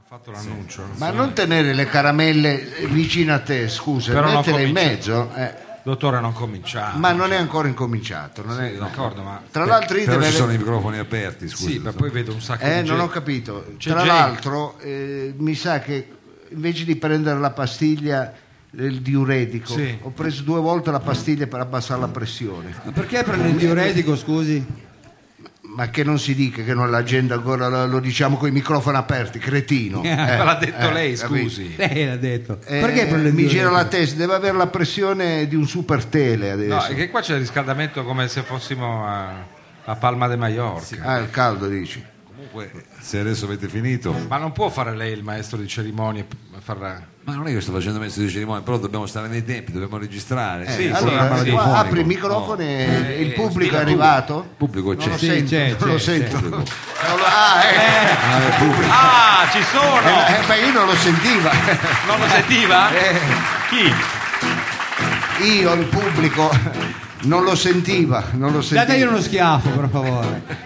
fatto l'annuncio. Ma non tenere le caramelle vicino a te, scusa, Però mettele in mezzo. Dottore, non cominciamo. Ma non è ancora incominciato. Non è, d'accordo, ma tra l'altro io però ci sono i microfoni aperti, scusi. sì, ma poi vedo un sacco di non ho capito. C'è Tra gente. l'altro mi sa che invece di prendere la pastiglia del diuretico ho preso 2 volte la pastiglia per abbassare la pressione. Ma perché prende il diuretico, scusi? Ma che non si dica che non l'agenda ancora, lo diciamo con i microfoni aperti, cretino. L'ha detto lei, scusi. Lei l'ha detto. Perché prende il mi diuretico? gira la testa, deve avere la pressione di un super tele adesso. No, è che qua c'è il riscaldamento come se fossimo a Palma de Mallorca. Il caldo dici. Comunque, se adesso avete finito. Ma non può fare lei il maestro di cerimonie? Ma non è che sto facendo messo di cerimonia, però dobbiamo stare nei tempi, dobbiamo registrare. Allora, sì. apri il microfono e il pubblico è arrivato? Il pubblico c'è. Non lo Sì, sento, c'è, non lo c'è, sento. c'è. Ci sono! Beh, io non lo sentiva. Non lo sentiva? Chi? Io, il pubblico, non lo sentiva. Dategli uno schiaffo, per favore.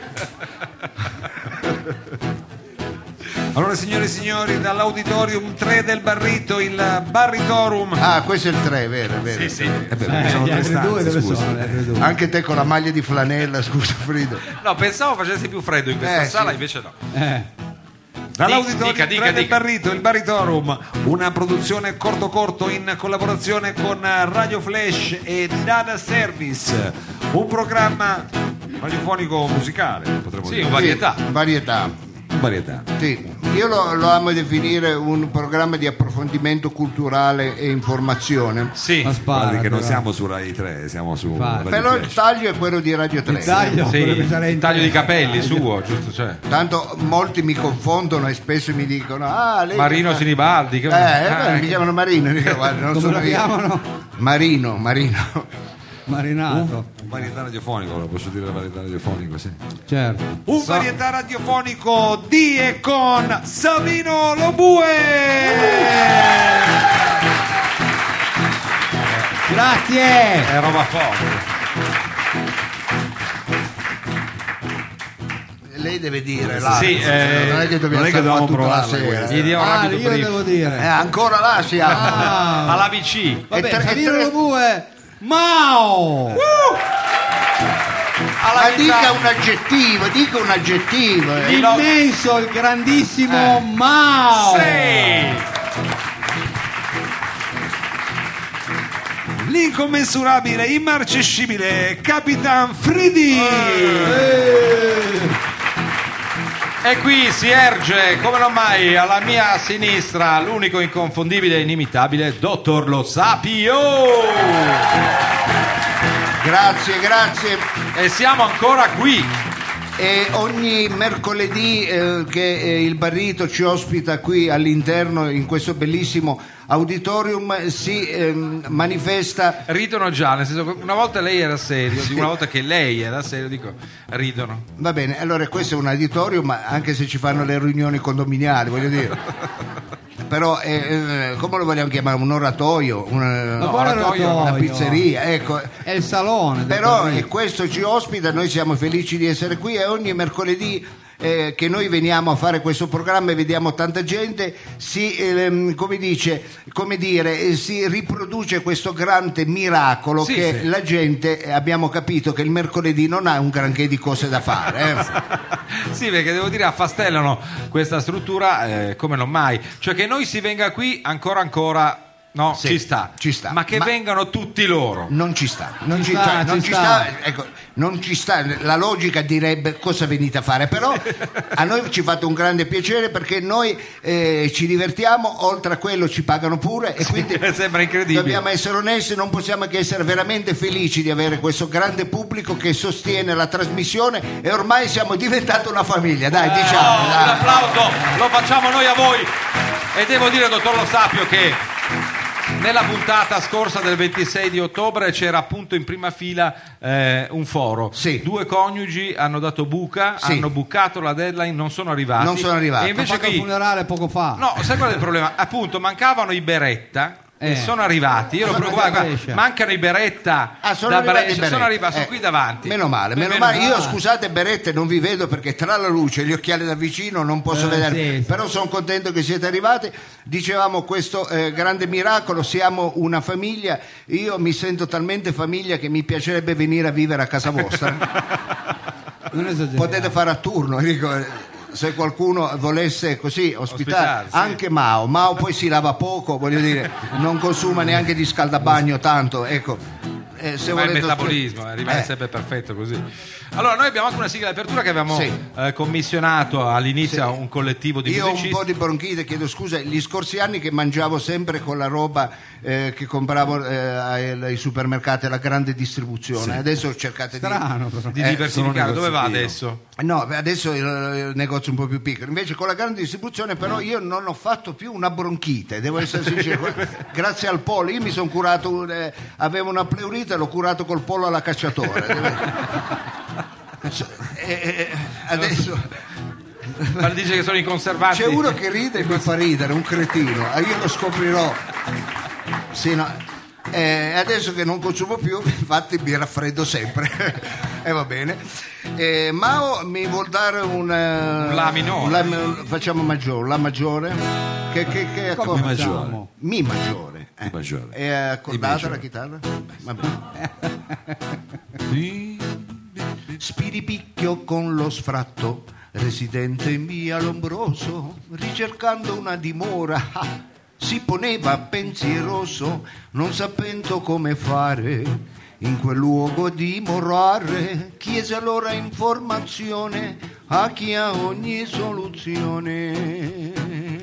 Allora, signore e signori, dall'Auditorium 3 del Barrito, il Barritorum. Questo è il 3, vero. Sì. Sono Gli tre altri due stanze, dove scusi. sono? Gli altri due? Anche te con la maglia di flanella, scusa Frido. No, pensavo facesse più freddo in questa sala, sì. invece no. Dall'Auditorium Dica, 3 del dica. Barrito, il Barritorum, una produzione corto in collaborazione con Radio Flash e Dada Service, un programma radiofonico musicale, potremmo Sì, dire. un varietà. Varietà. Varietà. Sì. Io lo amo definire un programma di approfondimento culturale e informazione. Sì. Ma spara, Guardi che non però. siamo su Rai 3, siamo su Infatti. Radio Però il Flash. taglio è quello di Radio 3. Il taglio, Sì, quello che sarà in il taglio di testa. capelli suo, giusto? Cioè. Tanto molti mi confondono e spesso mi dicono lei Marino Sinibaldi. mi chiamano Marino. Dico, guarda, non Come sono lo io. chiamano? Marino. Marinato. Un varietà radiofonico, lo posso dire, varietà radiofonico, sì. Certo. Un varietà radiofonico di e con Savino Lobue. Grazie. È roba forte. Lei deve dire Sì, non è che dobbiamo stare qua tutta la sera. Gli dia un rapido Io brief. devo dire. Ancora là siamo. Alla BC. Vabbè, tre- Savino tre- Lobue. Mao. Ma dica un aggettivo. L'immenso, il grandissimo Mao. L'incommensurabile, immarcescibile Capitan Fridi. E qui si erge, come non mai, alla mia sinistra l'unico inconfondibile e inimitabile Dottor Lo Sapio. Grazie. E siamo ancora qui. E ogni mercoledì che il Barrito ci ospita qui all'interno in questo bellissimo auditorium si manifesta. Ridono già, nel senso che una volta lei era serio, una volta che lei era serio, dico, ridono. Va bene, allora questo è un auditorium, ma anche se ci fanno le riunioni condominiali, voglio dire. Però come lo vogliamo chiamare? Un oratoio? Una pizzeria, ecco. È il salone. Però questo ci ospita, noi siamo felici di essere qui e ogni mercoledì che noi veniamo a fare questo programma e vediamo tanta gente, si riproduce questo grande miracolo che la gente, abbiamo capito che il mercoledì non ha un granché di cose da fare. Sì, perché devo dire affastellano questa struttura come non mai, cioè che noi si venga qui ancora. No, Sì, ci sta. Ma che Ma vengano tutti loro. Non ci sta. Ecco, non ci sta. La logica direbbe cosa venite a fare, però a noi ci fate un grande piacere perché noi ci divertiamo, oltre a quello ci pagano pure e quindi sembra incredibile. Dobbiamo essere onesti, non possiamo che essere veramente felici di avere questo grande pubblico che sostiene la trasmissione e ormai siamo diventati una famiglia, dai, diciamo. Un applauso, lo facciamo noi a voi. E devo dire, dottor Lo Sapio, che nella puntata scorsa del 26 di ottobre c'era appunto in prima fila un foro. Sì. 2 coniugi hanno dato buca, Sì. hanno bucato la deadline, non sono arrivati. Non sono arrivati. E invece Ho fatto il qui funerale poco fa. no, sai qual è il problema? Appunto, mancavano i Beretta e sono arrivati. Io ero preoccupato, guarda, mancano i Beretta sono da arrivati Brescia, i Beretta. sono arrivati, sono qui davanti. Meno male. Io scusate Beretta non vi vedo perché tra la luce e gli occhiali da vicino non posso vedere, sì. però sono contento che siete arrivati. Dicevamo questo grande miracolo, siamo una famiglia, io mi sento talmente famiglia che mi piacerebbe venire a vivere a casa vostra. Non esagerare. Potete fare a turno, dico, se qualcuno volesse così ospitare Sì. anche Mao poi si lava poco, voglio dire, non consuma neanche di scaldabagno tanto, ecco. Se Ma il volete metabolismo rimane sempre perfetto così. Allora, noi abbiamo anche una sigla di apertura che avevamo Sì. commissionato all'inizio a un collettivo di Io ho un musicisti. po' di bronchite, chiedo scusa, gli scorsi anni che mangiavo sempre con la roba che compravo ai supermercati, alla grande distribuzione, adesso cercate Strano, però. di diversificare. Dove va negozio adesso? No, adesso il negozio è un po' più piccolo, invece con la grande distribuzione però io non ho fatto più una bronchite, devo essere sincero, grazie al pollo, io mi sono curato, avevo una pleurite, l'ho curato col pollo alla cacciatore. Adesso Ma dice che sono i conservanti. c'è uno che ride e mi fa ridere, un cretino, io lo scoprirò. Sì, no. Adesso che non consumo più, infatti mi raffreddo sempre. Va bene. Mao mi vuol dare un La minore. facciamo maggiore, la maggiore. Che Come accordo? facciamo? Mi maggiore. Mi maggiore. È accordata Mi la maggiore. chitarra? Vabbè. Spiripicchio con lo sfratto, residente in via Lombroso, ricercando una dimora, si poneva pensieroso, non sapendo come fare, in quel luogo dimorare, chiese allora informazione a chi ha ogni soluzione.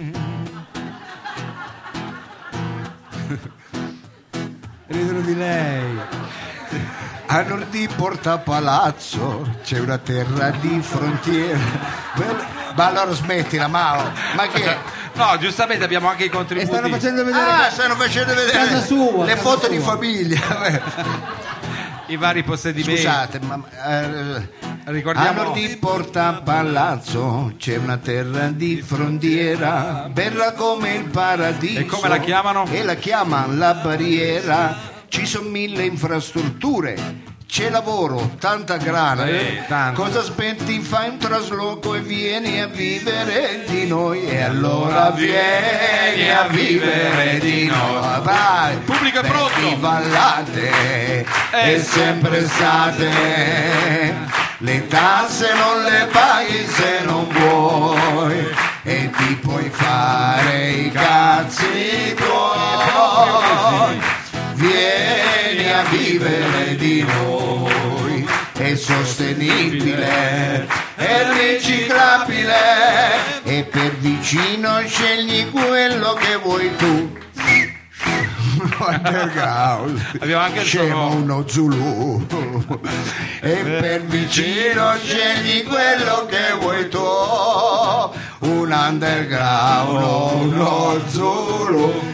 Ridono di lei. A nord di Porta Palazzo c'è una terra di frontiera. Ma allora smettila, Mao. Ma che? No, giustamente abbiamo anche i E contributi. stanno facendo vedere Stanno facendo vedere Casa sua, le casa foto sua. di famiglia. i vari possedimenti. Scusate, ma a Ricordiamo nord di Porta Palazzo c'è una terra di frontiera, bella come il paradiso. E come la chiamano? E la chiamano la barriera. Ci sono 1000 infrastrutture, c'è lavoro, tanta grana. tanto. Cosa aspetti? Fai un trasloco e vieni a vivere di noi. E allora vieni a vivere di noi. Vai. Il pubblico è pronto. Di Vallate è sempre estate. Le tasse non le paghi se non vuoi e ti puoi fare i cazzi tuoi. Vieni a vivere di noi, è sostenibile, è riciclabile e per vicino scegli quello che vuoi tu. Underground, Abbiamo anche il scemo suono. uno Zulu e per vicino scegli quello che vuoi tu, un underground, uno Zulu,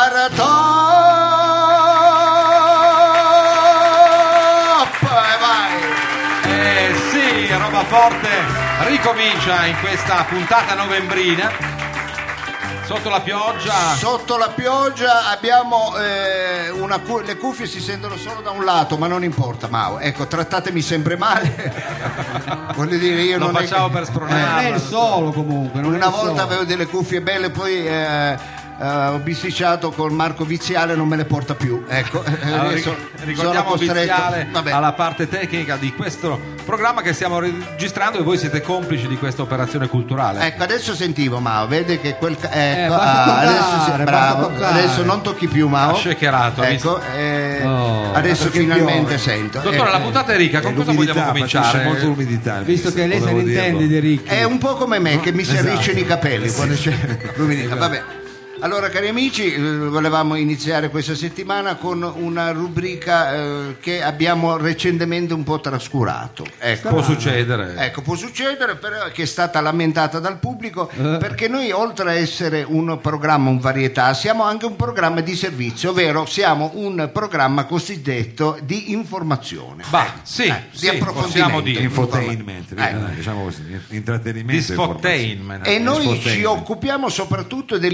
sì, roba forte ricomincia in questa puntata novembrina. Sotto la pioggia. Sotto la pioggia abbiamo le cuffie si sentono solo da un lato, ma non importa, Mao. Ecco, trattatemi sempre male. Voglio dire, io Lo non facciamo è che... per Non è spronarlo. il solo comunque. Non è Una il volta solo. avevo delle cuffie belle, poi ho bisticciato con Marco Viziale, non me le porta più. Ecco, Allora, adesso ricordiamo sono costretto. Viziale Vabbè. alla parte tecnica di questo programma che stiamo registrando e voi siete complici di questa operazione culturale. Ecco, adesso sentivo Mao, vede che quel ecco, basta toccare, adesso basta bravo, toccare. adesso non tocchi più Mao. Ha shakerato, ha Ecco, Oh, adesso che finalmente piove. sento. Dottore, la puntata è ricca, con cosa vogliamo Patisce cominciare? molto l'umidità. Visto che lei se volevo ne intende dirlo. di ricchi. È un po' come me che mi si Esatto. arricciano i capelli quando c'è l'umidità. Vabbè. Allora, cari amici, volevamo iniziare questa settimana con una rubrica che abbiamo recentemente un po' trascurato. Ecco. Può succedere. Ecco, può succedere, però che è stata lamentata dal pubblico, perché noi oltre a essere un programma, un varietà, siamo anche un programma di servizio, ovvero siamo un programma cosiddetto di informazione. Bah, sì, di sì, approfondimento. possiamo dire. Infotainment, Ecco. diciamo così, intrattenimento. Disfotainment. E noi ci Disfotainment. occupiamo soprattutto dell'informazione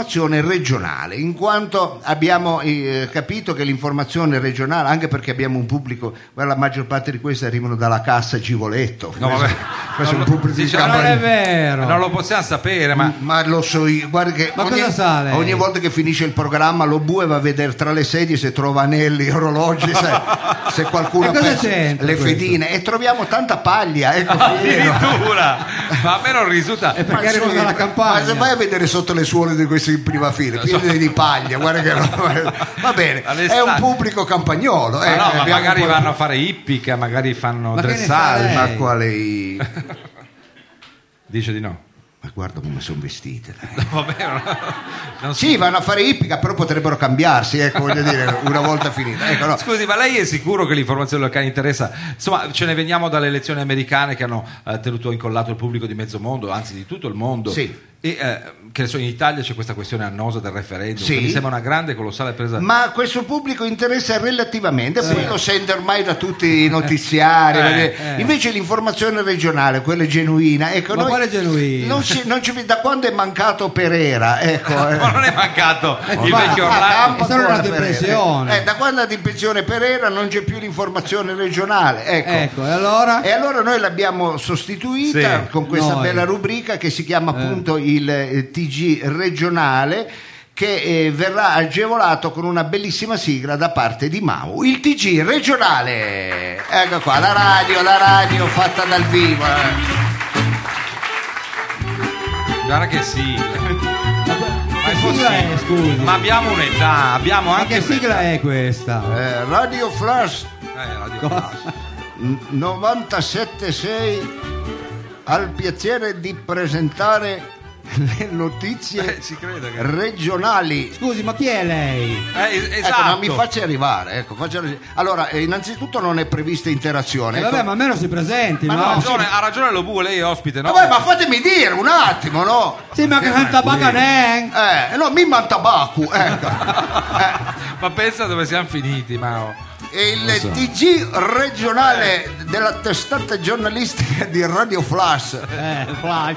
l'informazione regionale, in quanto abbiamo capito che l'informazione regionale, anche perché abbiamo un pubblico, la maggior parte di queste arrivano dalla Cassa Civoletto. No, vabbè. Questo è un pubblico di Ma non è campagna. vero. Non lo possiamo sapere, Ma lo so io, guarda che Ma cosa sa lei? ogni volta che finisce il programma lo bue va a vedere tra le sedie se trova anelli, orologi, se qualcuno E ha cosa perso c'entra le questo? fedine, e troviamo tanta paglia, ecco, pieno. addirittura. Ma a me non risulta. È perché Ma arriva sì, dalla ma se campagna. vai a vedere sotto le suole di questi in prima fila, pieni di paglia, guarda che va bene, è un pubblico campagnolo. Ma no, ma abbiamo magari un po'- vanno a fare ippica, magari fanno Ma che ne dressage. sa Ma lei? quale? Dice di no. Ma guarda come sono vestite. Vabbè, non Sì, vanno a fare ippica, però potrebbero cambiarsi, ecco, voglio dire, una volta finita. Ecco, no. Scusi, ma lei è sicuro che l'informazione locale interessa? Insomma, ce ne veniamo dalle elezioni americane che hanno tenuto incollato il pubblico di mezzo mondo, anzi di tutto il mondo. Sì. E che ne so, in Italia c'è questa questione annosa del referendum, Sì. che mi sembra una grande, colossale presa. Ma questo pubblico interessa relativamente, poi lo sente ormai da tutti i notiziari, perché invece l'informazione regionale, quella genuina, ecco, Ma noi quale genuina? non ci- da quando è mancato Perera, ecco, Ma non è mancato il Ma- vecchio ah, Orlando. campa È solo ancora andato in Perera. pensione. Da quando è andato in pensione Perera non c'è più l'informazione regionale, ecco. Ecco, e allora? E allora noi l'abbiamo sostituita Sì. con questa Noi. bella rubrica che si chiama appunto il TG regionale, che verrà agevolato con una bellissima sigla da parte di Mau. Il TG regionale, ecco qua, la radio fatta dal vivo. Guarda che sigla. Che sigla è, scusi? Ma abbiamo un'età, abbiamo Ma anche che sigla è questa? Radio Flash Radio Flash. 97.6 ha il piacere di presentare le notizie Ci credo che. regionali. Scusi, ma chi è lei? Esatto. Ecco, ma mi faccia arrivare, ecco, allora, innanzitutto non è prevista interazione. Ecco. Vabbè, ma almeno si presenti, Ma no? Ha ragione lo bue, lei è ospite, no? Vabbè, ma fatemi dire un attimo, no? Sì, ma che canta Baganeng? No, mi mantabacu, ecco. Ma pensa dove siamo finiti, Mao. E il TG regionale della testata giornalistica di Radio Flash. Flash.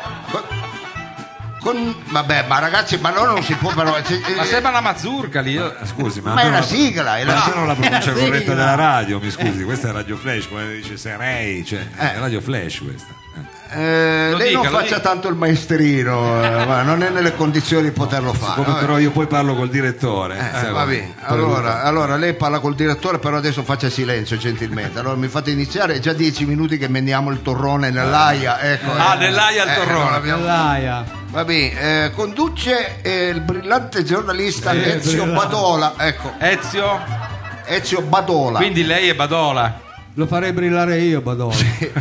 Vabbè, ma ragazzi, ma no, non si può però. Ma sembra una mazurka lì. Scusi, Ma è la sigla, è la Ma non la pronuncia È la corretta sigla. della radio, mi scusi, questa è Radio Flash, come dice Serei, cioè è Radio Flash questa. lei dica, non lo faccia dica. tanto il maestrino, ma non è nelle condizioni di poterlo fare. Come però io poi parlo col direttore. Va bene. Allora lei parla col direttore, però adesso faccia silenzio gentilmente. Allora mi fate iniziare, è già 10 minuti che meniamo il torrone nell'aia, ecco. nell'aia il torrone. non abbiamo- Laia. Va bene, conduce il brillante giornalista Ezio Badola, ecco, Ezio Badola. Quindi lei è Badola. Lo farei brillare io, Badola.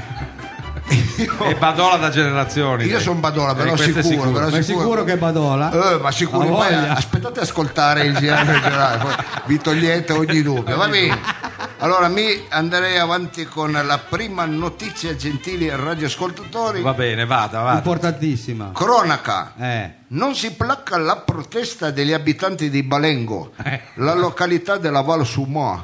È Badola da generazioni. Io lei. sono Badola, però Questo è sicuro, però Ma è sicuro che è Badola? Ma sicuro, Ha poi voglia. aspettate ad ascoltare il GR regionale, poi vi togliete ogni dubbio. Va bene. Allora mi andrei avanti con la prima notizia, gentili radioascoltatori. Va bene, vada. Importantissima. Cronaca. Non Non si placca la protesta degli abitanti di Balengo, la località della Val Sumoa,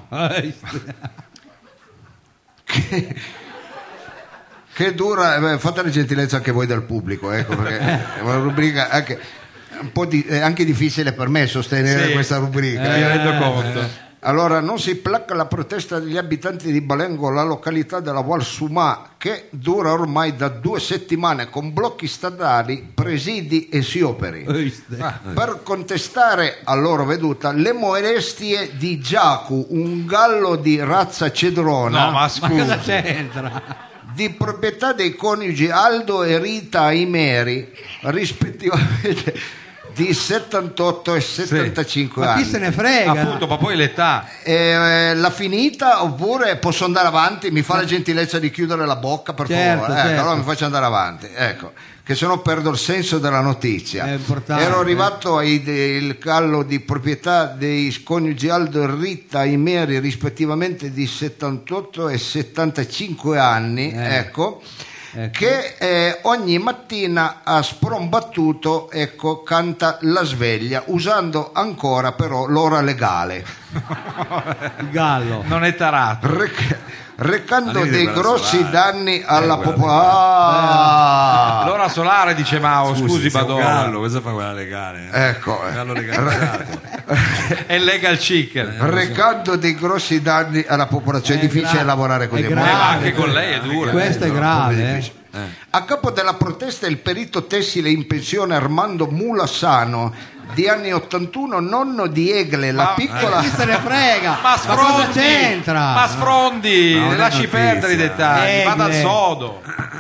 che dura. Fate la gentilezza anche voi del pubblico, ecco, perché è una rubrica anche un po' è anche difficile per me sostenere Sì. questa rubrica. Mi rendo conto. Allora, non si placca la protesta degli abitanti di Balengo, la località della Val Sumà, che dura ormai da 2 settimane con blocchi stradali, presidi e scioperi. Per contestare a loro veduta le molestie di Giacu, un gallo di razza cedrona, No, ma Ma scusi. cosa c'entra? di proprietà dei coniugi Aldo e Rita Aimeri, rispettivamente di 78 e 75 Ma anni. chi se ne frega? Appunto, ma poi l'età. L'ha finita oppure posso andare avanti? Mi fa la gentilezza di chiudere la bocca, per Certo, favore. certo. Allora mi faccio andare avanti, ecco, che se no perdo il senso della notizia. È importante. Ero arrivato il callo di proprietà dei coniugi Aldo e Rita Imeri, rispettivamente di 78 e 75 anni, ecco. Che ogni mattina a sprombattuto, ecco, canta la sveglia usando ancora però l'ora legale. Il gallo. Non è tarato. recando Allora, dei quella grossi solare. danni alla quella popolazione. L'ora solare, dice Mao, scusi sei un Badola. gallo, cosa fa quella legale? Ecco, Gallo legalizzato. È legal chicken. recando dei grossi danni alla popolazione. È difficile grave. lavorare con È i grave. Ma anche con lei è dura. Questo è grave. A capo della protesta il perito tessile in pensione Armando Mulassano, di anni 81, nonno di Egle, la piccola... Chi se ne frega? Ma cosa sfrondi, c'entra? ma sfrondi, Ma non è lasci notizia. perdere i dettagli, vada al Egle. sodo.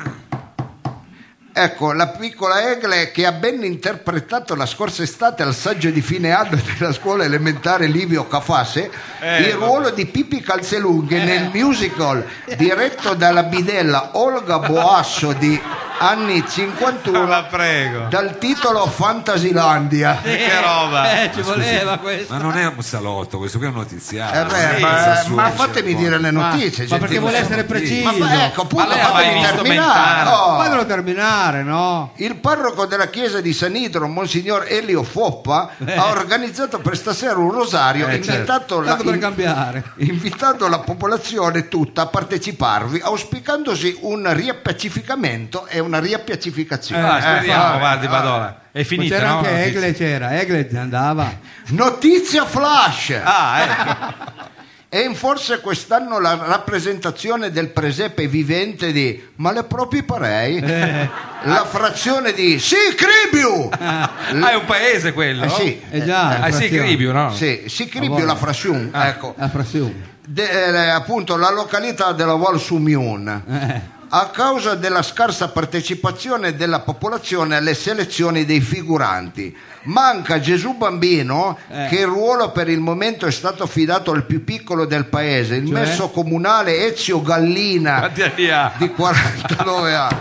Ecco, la piccola Egle che ha ben interpretato la scorsa estate al saggio di fine anno della scuola elementare Livio Cafasse il ruolo di Pippi Calzelunghe nel musical diretto dalla bidella Olga Boasso di anni 51 La prego. dal titolo Fantasilandia. Che roba. Ci voleva questo. Ma non è un salotto, questo qui è un notiziario. Beh, sì, ma fatemi dire le notizie. Ma perché gentile. vuole essere preciso? Ecco, appunto, Ma lei ha mai fatemi visto terminare. Mentana? Oh. Fatelo terminare, no? Il parroco della chiesa di San Idro, Monsignor Elio Foppa, ha organizzato per stasera un rosario, invitato Tanto per cambiare. invitando la popolazione tutta a parteciparvi, auspicandosi un riappacificamento e una riappacificazione. Speriamo, guardi Badola. È Ma finita, c'era no? anche Egle, Egle andava. Notizia flash! Ah, ecco. È in forse quest'anno la rappresentazione del presepe vivente di Ma le proprie parei? La frazione di Sì, Cribiu! Ah, è un paese quello? Sì. Già. Ah, sì, Cribio, no? Sì, Cribiu la frazione, ecco. La frazione. Appunto la località della Val Sumion. A causa della scarsa partecipazione della popolazione alle selezioni dei figuranti, manca Gesù Bambino, che il ruolo per il momento è stato affidato al più piccolo del paese, il messo comunale Ezio Gallina Quanti anni ha? di 49 anni.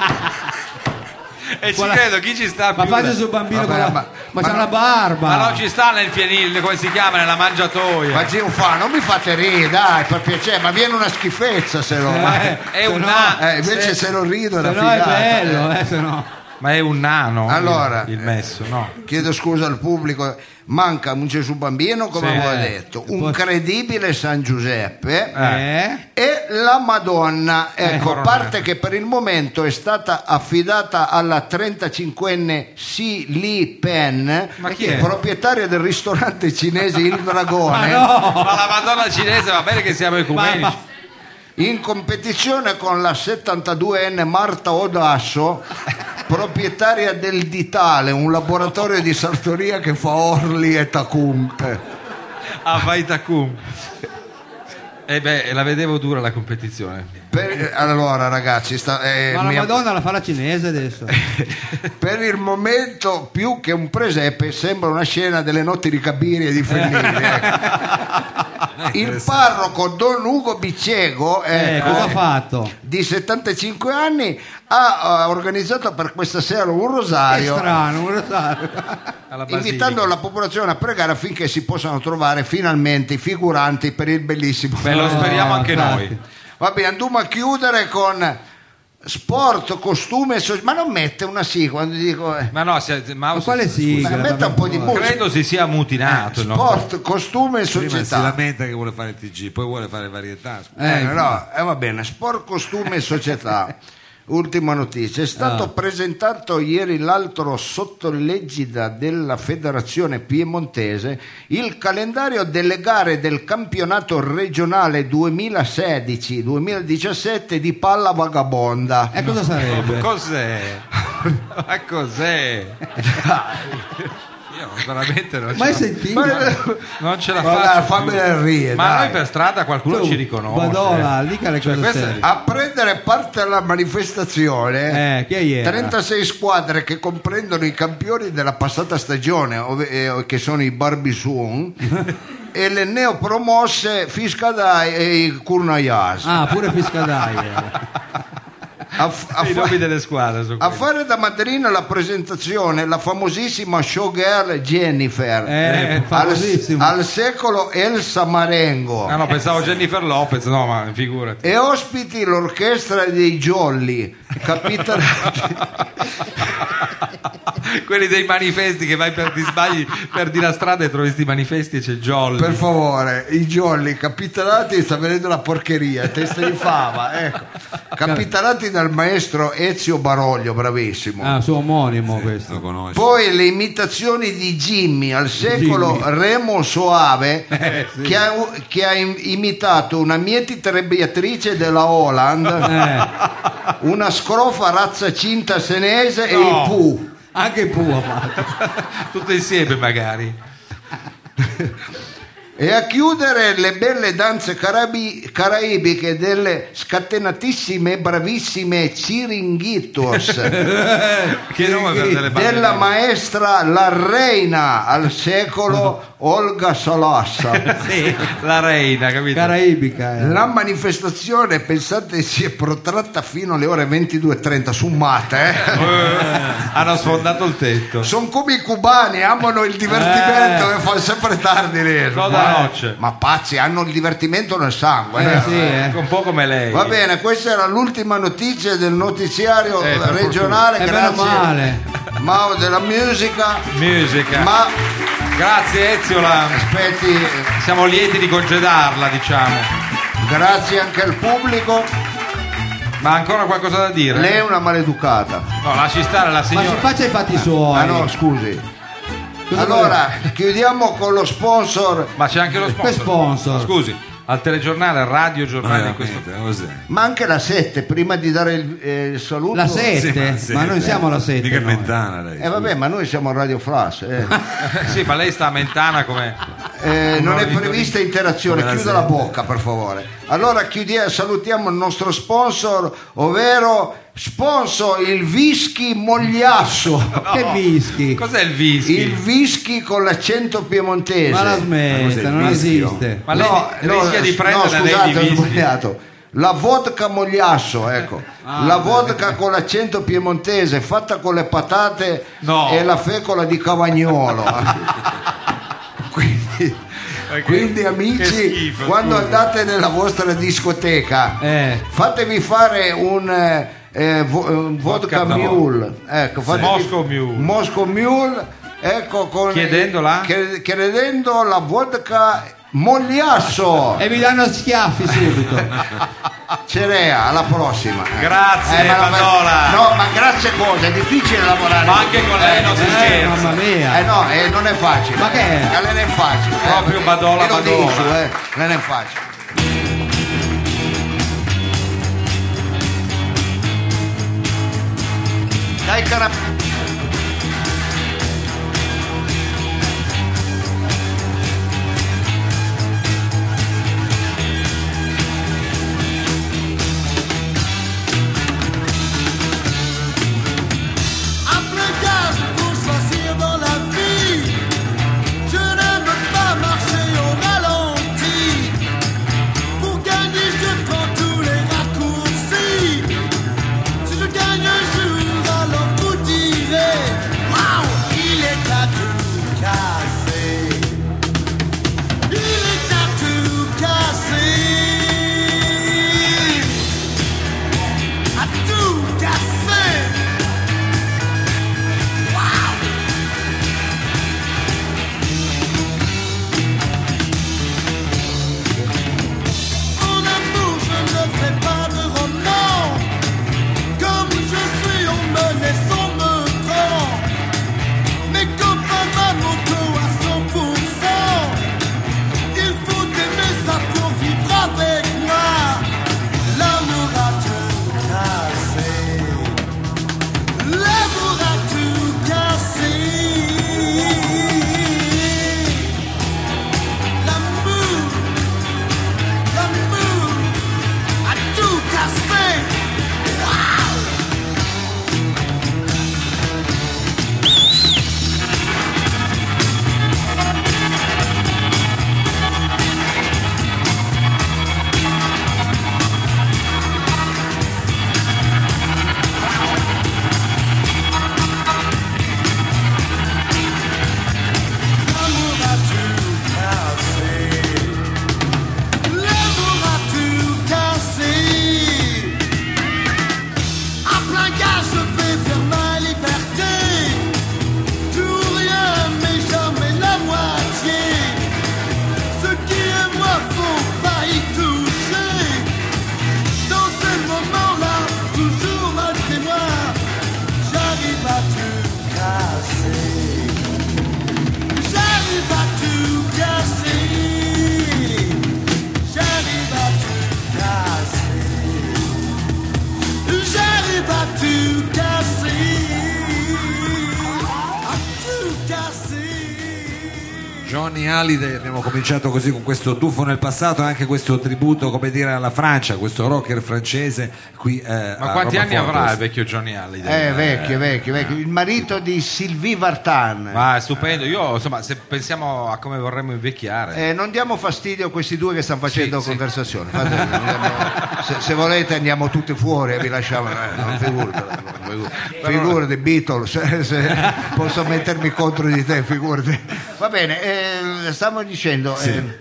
E ci credo, chi ci sta Ma più? fa Gesù Bambino Vabbè, con la... ma- Ma c'ha ma- la barba. Ma non ci sta nel fienile, come si chiama, nella mangiatoia. Ma Gianfa, non mi fate ridere, dai, per piacere, ma viene una schifezza se no. È un nano. Invece se lo rido è Se una no è figata. bello, se no. Ma è un nano. Allora, il messo, no? Chiedo scusa al pubblico, manca un Gesù Bambino, come Sì. avevo detto, un credibile San Giuseppe e la Madonna, ecco, Coronel. parte che per il momento è stata affidata alla 35enne Si Li Pen, Ma chi è? proprietaria del ristorante cinese Il Dragone. Ma la Madonna cinese va bene che siamo ecumenici. In competizione con la 72enne Marta Odasso, proprietaria del Ditale, un laboratorio di sartoria che fa orli e tacum. A Vaitacum. E beh, la vedevo dura la competizione. Allora ragazzi, Ma la mi- Madonna la fa la cinese adesso. per il momento più che un presepe sembra una scena delle notti di Cabiria e di Fellini. Ecco. Il parroco Don Ugo Bicego, Cosa ha fatto? di 75 anni, ha organizzato per questa sera un È rosario, strano, un rosario. Alla basilica. invitando la popolazione a pregare affinché si possano trovare finalmente i figuranti per il bellissimo. Beh, lo speriamo anche infatti. noi. Va bene, andiamo a chiudere con sport, costume ma non mette una sì quando dico Ma no, Ma quale sigla? metta un po' di musica. credo si sia mutinato il nostro. Sport, costume e Prima si società. lamenta che vuole fare il TG, poi vuole fare varietà. Va bene, sport, costume e società. Ultima notizia, è stato presentato ieri l'altro sotto l'egida della federazione piemontese il calendario delle gare del campionato regionale 2016-2017 di palla vagabonda. E cosa sarebbe? Cos'è? Ma cos'è? Io veramente non Mai ce la, sentito? non ce la Dai, faccio fammela ridere, ma dai. noi per strada qualcuno ci riconosce. Badola, dica le Cioè, cose queste- serie. A prendere parte alla manifestazione Chi è ieri? 36 squadre che comprendono i campioni della passata stagione, che sono i Barbizon e le neopromosse Fiscadai e i Kurnayas. Ah, pure Fiscadai. I nomi delle squadre sono A quelli. fare da madrina la presentazione la famosissima showgirl Jennifer, famosissimo. al secolo Elsa Marengo, Ah no, pensavo Jennifer Lopez, no, ma figurati. e ospiti l'orchestra dei Jolly, capitanati quelli dei manifesti che vai ti sbagli, perdi la strada e trovi questi manifesti e c'è il jolly. Per favore, i jolly capitanati, sta venendo una porcheria, testa di fava, ecco. Capitanati dal maestro Ezio Baroglio, bravissimo. Ah, suo omonimo Lo questo. conosci? Poi le imitazioni di Jimmy al secolo, Jimmy. Remo Soave, Sì. che ha imitato una mietitrabeatrice della Holland, una scrofa razzacinta senese e il Pooh. Anche Pooh ha fatto. Tutte insieme magari. E a chiudere le belle danze caraibiche delle scatenatissime e bravissime Chiringuitos Che nome per delle della ballerine. maestra la reina al secolo Olga Salassa. Sì, la reina, capito? Caraibica. La manifestazione, pensate, si è protratta fino alle ore 22:30 su Mate. Hanno sfondato il tetto. Sono come i cubani, amano il divertimento e fanno sempre tardi lì. No, da noce. Ma pazzi, hanno il divertimento nel sangue. Sì, Un po' come lei. Va bene, questa era l'ultima notizia del notiziario Per regionale. E meno Grazie male. Mao della musica. Musica. Ma Grazie Eziola. aspetti, Siamo lieti di congedarla, diciamo. grazie anche al pubblico. Ma ancora qualcosa da dire? Lei è una maleducata. No, lasci stare la Ma si signora. faccia i fatti suoi. Ah no, scusi. Cosa Allora, chiudiamo con lo sponsor. Ma c'è anche lo Che sponsor. sponsor? Scusi, al telegiornale, al radio giornale in questo. Cos'è? Ma anche la 7, prima di dare il saluto. La 7? Sì, Ma noi siamo alla 7. Mica è noi. Mentana lei. Vabbè, ma noi siamo a Radio Flash. Sì, ma lei sta a Mentana come. Non è prevista interazione, come la chiuda la sente. bocca per favore. Allora salutiamo il nostro sponsor, ovvero sponsor il whisky Mogliasso. Che whisky? Cos'è il whisky? Il whisky con l'accento piemontese. Ma la cos'è smetta, il non whisky? esiste. Ma lei rischia di prendere no, lei scusate, di ho whisky. sbagliato. La vodka Mogliasso, ecco. La vodka con l'accento piemontese fatta con le patate No. e la fecola di Cavagnolo. Quindi Che amici, schifo, quando scusi. andate nella vostra discoteca, fatevi fare un vodka Vodka mule, ecco, fatevi- Moscow Mule. Moscow Mule, ecco, con Chiedendola? chiedendo la vodka Mogliasso. E mi danno schiaffi subito. Cerea, alla prossima. Grazie, Madola. No, ma grazie cosa, è difficile lavorare. Ma anche con lei non si scherza. Mamma mia. No, non è facile. Ma che è? Non è facile. Proprio perché Badola, te lo Badola. dico, non è facile. Dai cara. Après gage pour choisir dans la vie, je n'aime pas marcher au ralenti. Pour gagner, je prends tous les raccourcis. Si je gagne un jour, alors vous dites Johnny Hallyday, abbiamo cominciato così con questo tuffo nel passato e anche questo tributo, come dire, alla Francia, questo rocker francese qui Ma quanti anni avrà il vecchio Johnny Hallyday? Vecchio. Il marito di Sylvie Vartan. Ma è stupendo. Io, insomma, se pensiamo a come vorremmo invecchiare. Non diamo fastidio a questi due che stanno facendo Sì. conversazione. Se volete andiamo tutti fuori e vi lasciamo. Figurati, Beatles, se posso mettermi contro di te, figurati. Va bene, stavo dicendo.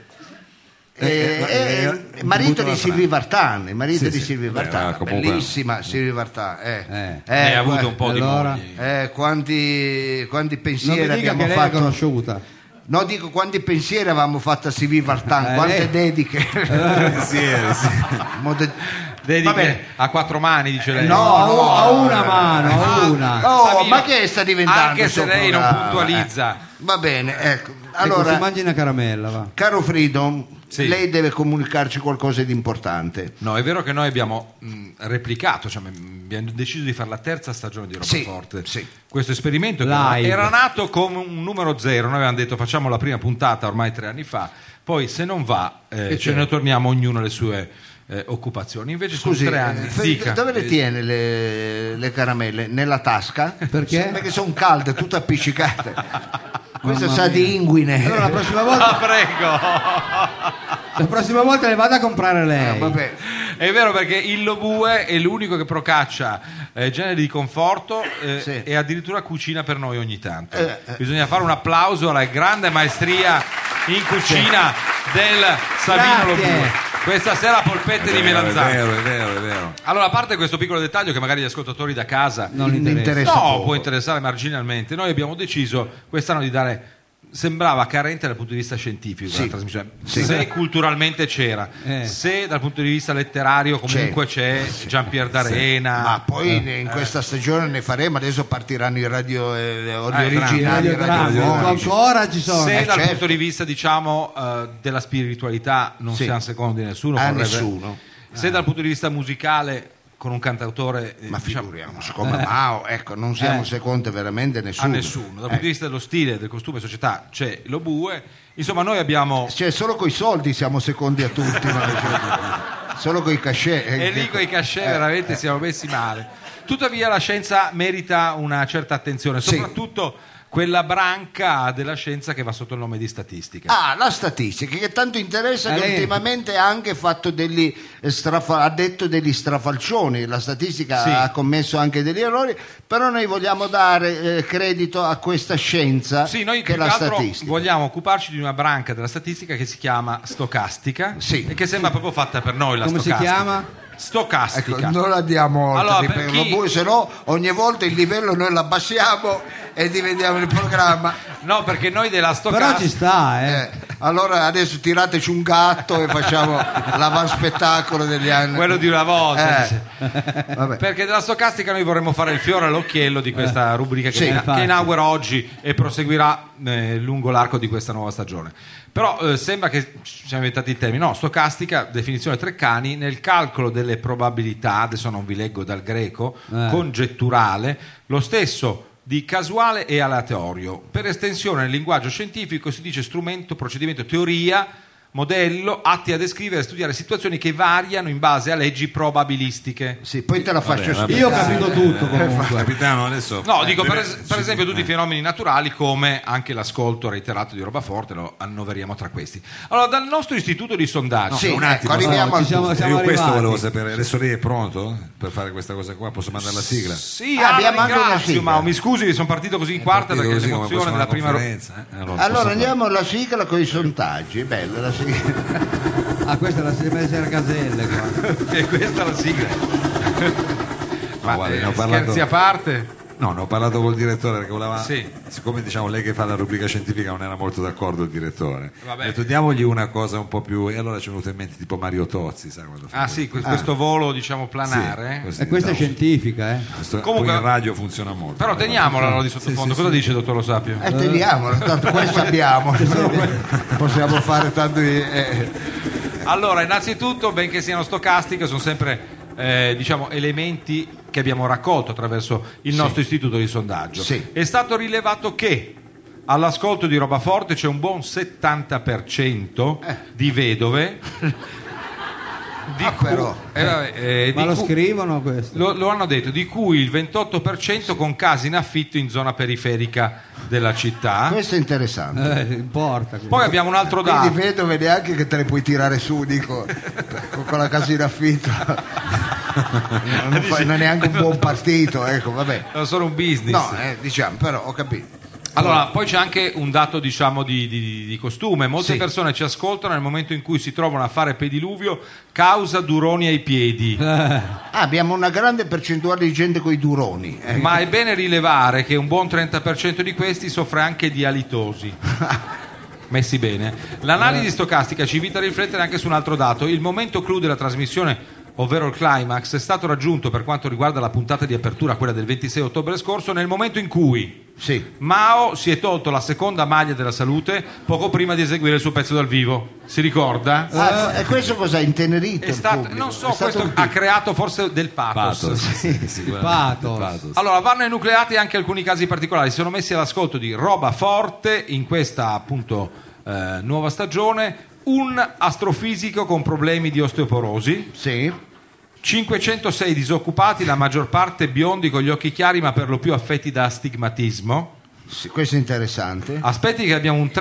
Marito di Sylvie Vartan, comunque. bellissima Sylvie Vartan. Ne ha avuto un po' allora. di mogli. Quanti Non pensieri mi dica abbiamo che lei l'ha fatto. conosciuta. No, dico quanti pensieri avevamo fatto a Sylvie Vartan, quante dediche. Va bene. Dediche a 4 mani, dice lei. No, a una mano, a una. Oh, Savino, ma che sta diventando? anche se sto lei non programma? puntualizza. Va bene, ecco. Ecco, Allora, si mangi una caramella, va. caro Freedom, Sì. lei deve comunicarci qualcosa di importante. No, è vero che noi abbiamo replicato, cioè, abbiamo deciso di fare la terza stagione di Roba Sì, Forte. sì. Questo esperimento che Live. era nato come un numero 0. Noi avevamo detto facciamo la prima puntata ormai 3 anni fa, poi se non va ce ne torniamo ognuno alle sue occupazioni. Invece Scusi, sono 3 anni. Dica. dove le tiene le caramelle? Nella tasca? Perché? Perché sono calde, tutte appiccicate. Questa Mamma sa mia. di inguine. Allora la prossima volta, Prego. la prossima volta le vado a comprare lei. Vabbè. È vero, perché il Lobue è l'unico che procaccia generi di conforto Sì. e addirittura cucina per noi ogni tanto. Bisogna fare un applauso alla grande maestria in cucina del Savino Grazie. Lobue. Questa sera polpette di melanzane. È vero. Allora, a parte questo piccolo dettaglio che magari gli ascoltatori da casa Non li interessa. no, poco. può interessare marginalmente, noi abbiamo deciso quest'anno di dare, sembrava carente dal punto di vista scientifico Sì. la trasmissione, Sì. se culturalmente c'era, se dal punto di vista letterario comunque c'è Giampier D'Arena. Ma poi in questa stagione ne faremo, adesso partiranno i radio gli drammi. originali radiofonici. Ancora ci sono. Se dal certo. punto di vista diciamo della spiritualità non Sì. siamo secondi nessuno, A vorrebbe- nessuno. se dal punto di vista musicale con un cantautore Ma diciamo, figuriamoci come Mao, ecco, non siamo secondi veramente a nessuno. nessuno, dal punto di vista dello stile, del costume società c'è lo Bue, insomma noi abbiamo Cioè, solo coi soldi siamo secondi a tutti, noi, cioè, solo coi cachet. e lì con i cachet veramente siamo messi male. Tuttavia la scienza merita una certa attenzione, Sì. soprattutto quella branca della scienza che va sotto il nome di statistica. Ah, la statistica che tanto interessa, che lei- ultimamente ha anche fatto ha detto degli strafalcioni, la statistica Sì. ha commesso anche degli errori, però noi vogliamo dare credito a questa scienza Sì, noi che più è la che altro statistica. vogliamo occuparci di una branca della statistica che si chiama stocastica Sì. e che sembra proprio fatta per noi la Come si stocastica. chiama? Stocastica. Ecco, non la diamo oltre, Allora, per ripeto, chi- poi se no ogni volta il livello noi l'abbassiamo e diventiamo il programma. No, perché noi della Però stocastica ci sta, Allora adesso tirateci un gatto e facciamo l'avanspettacolo degli anni. quello di una volta. dice. Vabbè. Perché della stocastica noi vorremmo fare il fiore all'occhiello di questa rubrica che, Sì, infatti. che inaugura oggi e proseguirà lungo l'arco di questa nuova stagione. Però sembra che ci siamo inventati i termini. No, stocastica, definizione Treccani, nel calcolo delle probabilità, adesso non vi leggo dal greco, congetturale, lo stesso di casuale e aleatorio. Per estensione nel linguaggio scientifico si dice strumento, procedimento, teoria, modello, atti a descrivere e studiare situazioni che variano in base a leggi probabilistiche. Sì, poi te la faccio vabbè. Io ho spiegare. capito tutto comunque. Capitano, adesso No, dico per esempio tutti i fenomeni naturali come anche l'ascolto reiterato di Roba Forte, lo annoveriamo tra questi. Allora, dal nostro istituto di sondaggio, Sì, un attimo, arriviamo no, al ci siamo- punto. io questo arrivati. volevo sapere. Adesso lei è pronto per fare questa cosa qua? Posso mandare la sigla? sì, abbiamo anche una ringrazio, sigla. Mao, mi scusi, sono partito così in quarta perché Così come l'emozione fosse della una prima conferenza, Allora posso andiamo alla sigla con i sondaggi, bella la sigla. Ah, questa è la Silvestre Gazelle qua. e questa è la sigla. Ma guarda, ne ho parlato- scherzi a parte, No, ne ho parlato col direttore perché voleva. Sì. Siccome diciamo lei che fa la rubrica scientifica non era molto d'accordo il direttore. Vabbè. Ha detto diamogli una cosa un po' più. E allora ci è venuto in mente tipo Mario Tozzi, sai quando fa ah sì, questo volo diciamo planare. così, E questa è no, scientifica, questo- Comunque- poi in radio funziona molto. Però teniamola no, di sottofondo. Cosa dice dottor Lo Sapio? Teniamola, tanto questo abbiamo. Possiamo fare tanto Allora, innanzitutto, benché siano stocastiche, sono sempre diciamo elementi che abbiamo raccolto attraverso il nostro istituto di sondaggio. Sì. È stato rilevato che all'ascolto di Roba Forte c'è un buon 70% di vedove. Però Ma lo scrivono questo? lo hanno detto, di cui il 28% con case in affitto in zona periferica della città. questo è interessante. Importa. Poi abbiamo un altro dato. Quindi vedove neanche che te le puoi tirare su, dico, con la casa in affitto. Non è neanche un buon partito, ecco, vabbè. È solo un business. No, diciamo, però ho capito. Allora, poi c'è anche un dato, diciamo, di costume. Molte Sì. persone ci ascoltano nel momento in cui si trovano a fare pediluvio causa duroni ai piedi. Abbiamo una grande percentuale di gente con i duroni. Ma è bene rilevare che un buon 30% di questi soffre anche di alitosi. Messi bene. L'analisi stocastica ci invita a riflettere anche su un altro dato. Il momento clou della trasmissione, ovvero il climax, è stato raggiunto per quanto riguarda la puntata di apertura, quella del 26 ottobre scorso, nel momento in cui Sì. Mao si è tolto la seconda maglia della salute poco prima di eseguire il suo pezzo dal vivo. Si ricorda? E questo cosa ha intenerito? È il stato, pubblico? non so, È stato questo ha creato forse del pathos. Pathos. Allora, vanno enucleati anche alcuni casi particolari. Si sono messi all'ascolto di Roba Forte in questa appunto nuova stagione. Un astrofisico con problemi di osteoporosi, Sì. 506 disoccupati, la maggior parte biondi con gli occhi chiari ma per lo più affetti da astigmatismo. Sì, questo è interessante. Aspetti che abbiamo un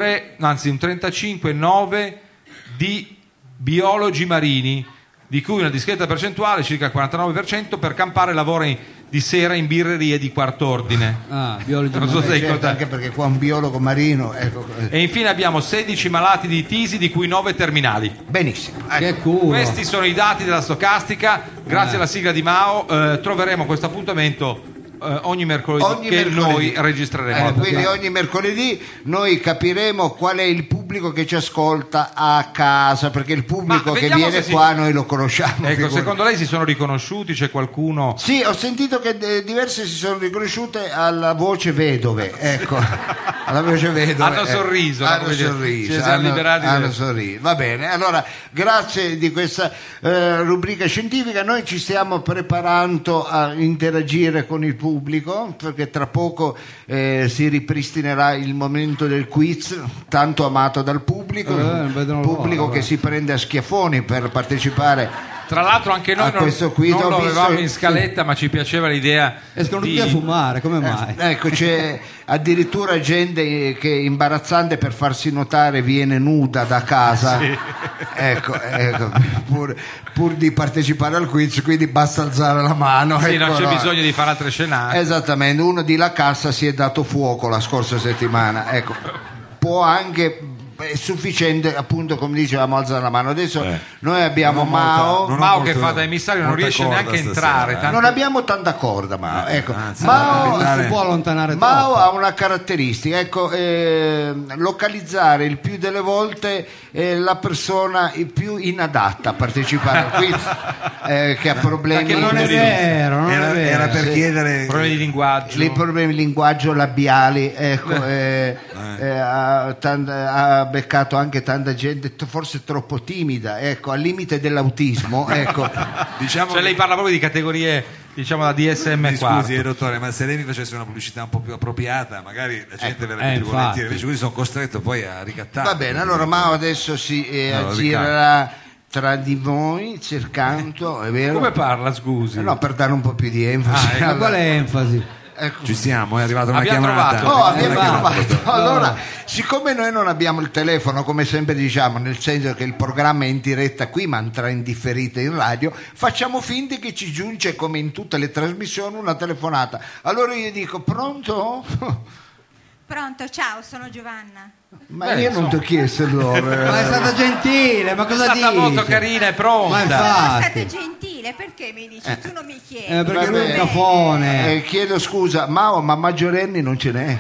35,9 di biologi marini, di cui una discreta percentuale, circa il 49%, per campare lavora di sera in birrerie di quarto ordine. Biologi. Non so se hai Certo, contato. anche perché qua un biologo marino, ecco. E infine abbiamo 16 malati di tisi, di cui 9 terminali. Benissimo. Che culo. Questi sono i dati della stocastica. Grazie alla sigla di Mao troveremo questo appuntamento ogni mercoledì che noi registreremo. Quindi ogni mercoledì noi capiremo qual è il pubblico che ci ascolta a casa, perché il pubblico Ma che vediamo viene se qua noi lo conosciamo. Ecco, figurati. secondo lei si sono riconosciuti? C'è qualcuno? Sì, ho sentito che diverse si sono riconosciute alla voce vedove, ecco, alla voce vedove. Hanno sorriso, no? hanno Come dire, sorriso, ci siamo liberati hanno del- sorriso. Va bene, allora grazie di questa rubrica scientifica. Noi ci stiamo preparando a interagire con il pubblico, perché tra poco si ripristinerà il momento del quiz tanto amato dal pubblico, vedono pubblico l'ora. che si prende a schiaffoni per partecipare. Tra l'altro anche noi A questo quiz non ho lo visto- avevamo in scaletta, ma ci piaceva l'idea Escono di... tutti a fumare, come mai? Ecco, c'è addirittura gente che imbarazzante per farsi notare viene nuda da casa, ecco, pur di partecipare al quiz, quindi basta alzare la mano. Sì, non ecco, c'è no. bisogno di fare altre scenate. Esattamente, uno di La Cassa si è dato fuoco la scorsa settimana, ecco, può anche... È sufficiente, appunto, come dicevamo, alzare la mano. Adesso noi abbiamo Mao. non ho Mao molto- che fa da emissario non molta riesce corda neanche a stasera, entrare. tanto- Non abbiamo tanta corda, Mao. Ecco. anzi, Mao, Non si può allontanare Mao troppo. ha una caratteristica, ecco, localizzare il più delle volte la persona più inadatta a partecipare al quiz, che ha problemi. Perché Non è vero, non è vero. Era per chiedere Problemi di linguaggio. I problemi di linguaggio labiali, ecco, ha beccato anche tanta gente forse troppo timida, ecco, al limite dell'autismo, ecco. diciamo Cioè lei parla proprio di categorie, diciamo, da DSM mi quarto. scusi dottore, ma se lei mi facesse una pubblicità un po' più appropriata magari la gente verrebbe più infatti. volentieri, invece così sono costretto poi a ricattare. Va bene, allora Mao adesso si No, aggirerà tra di voi cercando, è vero? Come parla, scusi? No, per dare un po' più di enfasi. Ma qual è enfasi? Ecco. Ci siamo, è arrivata una Abbiamo chiamata. trovato. Oh, abbiamo Trovato. trovato. Allora, siccome noi non abbiamo il telefono, come sempre diciamo, nel senso che il programma è in diretta qui, ma andrà in differita in radio, facciamo finta che ci giunge, come in tutte le trasmissioni, una telefonata. Allora io dico, pronto? Pronto, ciao, sono Giovanna. Ma io non ti ho chiesto il nome. Ma è stata gentile, ma È cosa stata dici? molto carina e pronta. Ma Sono infatti. stata gentile, perché mi dici? Tu non mi chiedi. Perché lui è un Vabbè. cafone. Chiedo scusa, Mao, ma maggiorenni non ce n'è.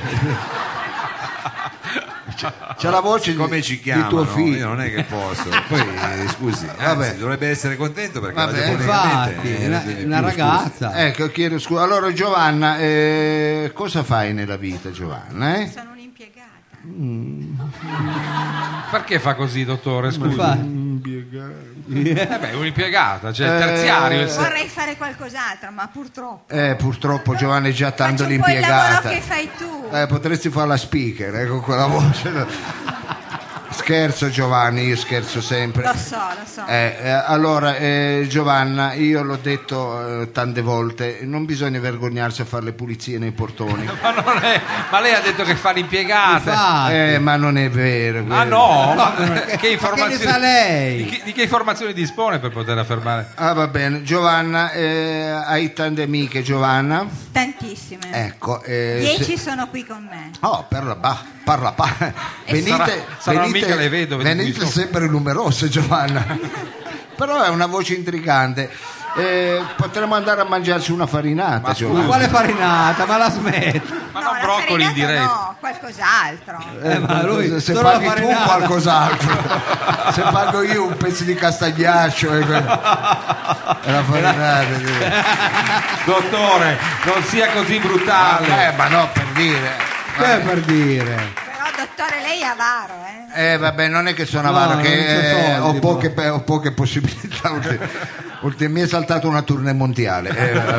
C'è la voce Come ci di chiamano? tuo figlio. Io non è che posso. Poi scusi, Vabbè. anzi, dovrebbe essere contento perché Vabbè. radiofonicamente, Infatti, non una deve più, ragazza. Ecco, chiedo scusa. Allora Giovanna, cosa fai nella vita, Giovanna? Sono un'impiegata. Perché fa così, dottore? Come Scusi. fa? un'impiegata, cioè terziario. Vorrei fare qualcos'altro, ma purtroppo. Purtroppo Giovanna è già tanto Faccio un po' il lavoro l'impiegata. che fai tu. Potresti fare la speaker con quella voce. Scherzo Giovanni, io scherzo sempre. Lo so. Allora Giovanna, io l'ho detto tante volte, non bisogna vergognarsi a fare le pulizie nei portoni. Ma lei ha detto che fa l'impiegata. Ma non è vero. Ah no? Che ne sa lei? Di che informazioni dispone per poter affermare? Ah, va bene. Giovanna, hai tante amiche, Giovanna? Tantissime. Ecco. 10 sono qui con me. Oh, parla. Saranno mica le vedove di venite cui sempre numerose, Giovanna. Però è una voce intrigante. Potremmo andare a mangiarci una farinata, Ma Giovanna. quale farinata? Ma la smetta. Ma No, non la broccoli in farinata diretta. No, qualcos'altro. Ma lui Se solo paghi la tu farinata. qualcos'altro, se pago io un pezzo di castagnaccio e la farinata. Dottore, non sia così brutale. Ma no, per dire. Che per dire? Però, dottore, lei è avaro, eh? Vabbè, non è che sono No, avaro, non che c'è soldi, ho poche possibilità. Mi è saltato una tournée mondiale.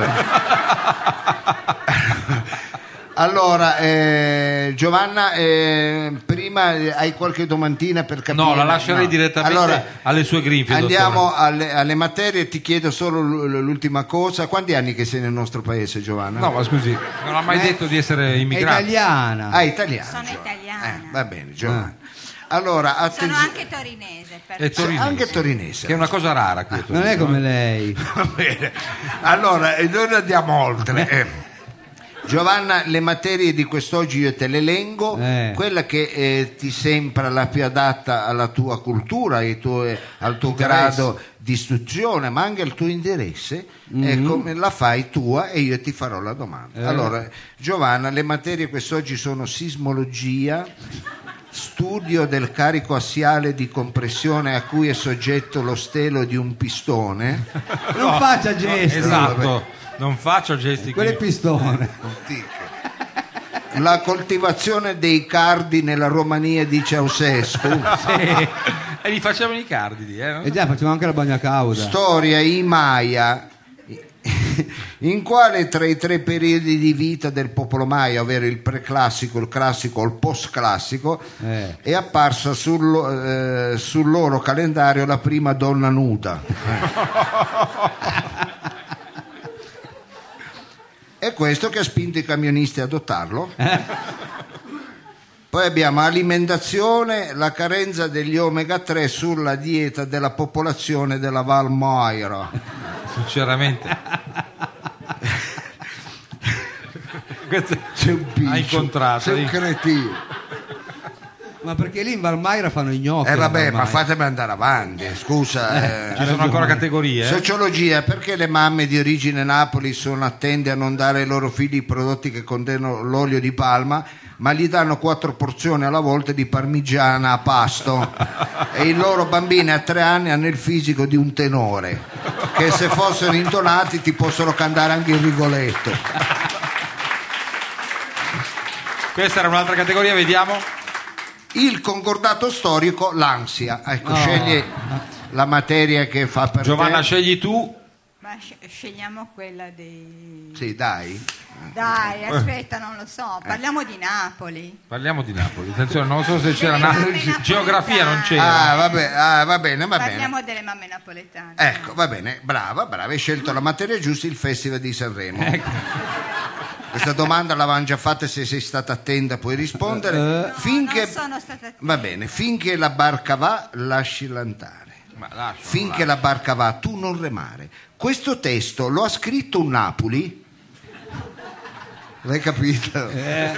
Allora, Giovanna, prima hai qualche domandina per capire? No, la lascerei direttamente Allora, alle sue grinfie. andiamo alle materie. Ti chiedo solo l'ultima cosa. Quanti anni che sei nel nostro paese, Giovanna? No, ma scusi, non ha mai detto di essere È immigrato. italiana. Ah, italiana. Sono Giovanna. italiana. Va bene, Giovanna. Allora, Sono attenzione. anche torinese. È torinese, Anche torinese. che è una cosa rara qui a Non è Torino. come lei. Va bene. Allora, noi andiamo oltre. Giovanna, le materie di quest'oggi io te le elenco. Quella che ti sembra la più adatta alla tua cultura, al tuo grado di istruzione, ma anche al tuo interesse, ecco, la fai tua e io ti farò la domanda. Allora, Giovanna, le materie quest'oggi sono sismologia, studio del carico assiale di compressione a cui è soggetto lo stelo di un pistone. Non faccia gesti. Esatto, non faccio gesti Quello è qui. pistone. La coltivazione dei cardi nella Romania di Ceausescu. E li facevano i cardidi, no? E già facciamo anche la bagna cauda. Storia i Maya. In quale tra i tre periodi di vita del popolo Maya, ovvero il preclassico, il classico o il postclassico, è apparsa sul loro calendario la prima donna nuda? È questo che ha spinto i camionisti ad adottarlo. Poi abbiamo alimentazione, la carenza degli omega 3 sulla dieta della popolazione della Val Moira. Sinceramente. Questo Sei un piccio, ha incontrato. sei un cretino. Ma perché lì in Valmaira fanno i gnocchi? Vabbè, in ma Valmaira. fatemi andare avanti, scusa. Ci sono ancora categorie. Sociologia, perché le mamme di origine Napoli sono attente a non dare ai loro figli i prodotti che contengono l'olio di palma, ma gli danno 4 porzioni alla volta di parmigiana a pasto e i loro bambini a 3 anni hanno il fisico di un tenore, che se fossero intonati ti possono cantare anche il Rigoletto. Questa era un'altra categoria, vediamo. Il concordato storico, l'ansia. Ecco, scegli la materia che fa per Giovanna, te. scegli tu. Ma scegliamo quella dei... Sì, dai. Dai, aspetta, non lo so. Parliamo di Napoli. Parliamo di Napoli. Attenzione, non so se c'era Delle mamme Napoli. Geografia non c'era. Va bene, va bene. Parliamo delle mamme napoletane. Ecco, va bene, brava, hai scelto la materia giusta, il Festival di Sanremo. Questa domanda l'avevamo già fatta, se sei stata attenta puoi rispondere. Finché... Non sono stata... Va bene, finché la barca va, lascila andare. Ma lascia, Finché la barca va, tu non remare. Questo testo lo ha scritto un Napoli? L'hai capito?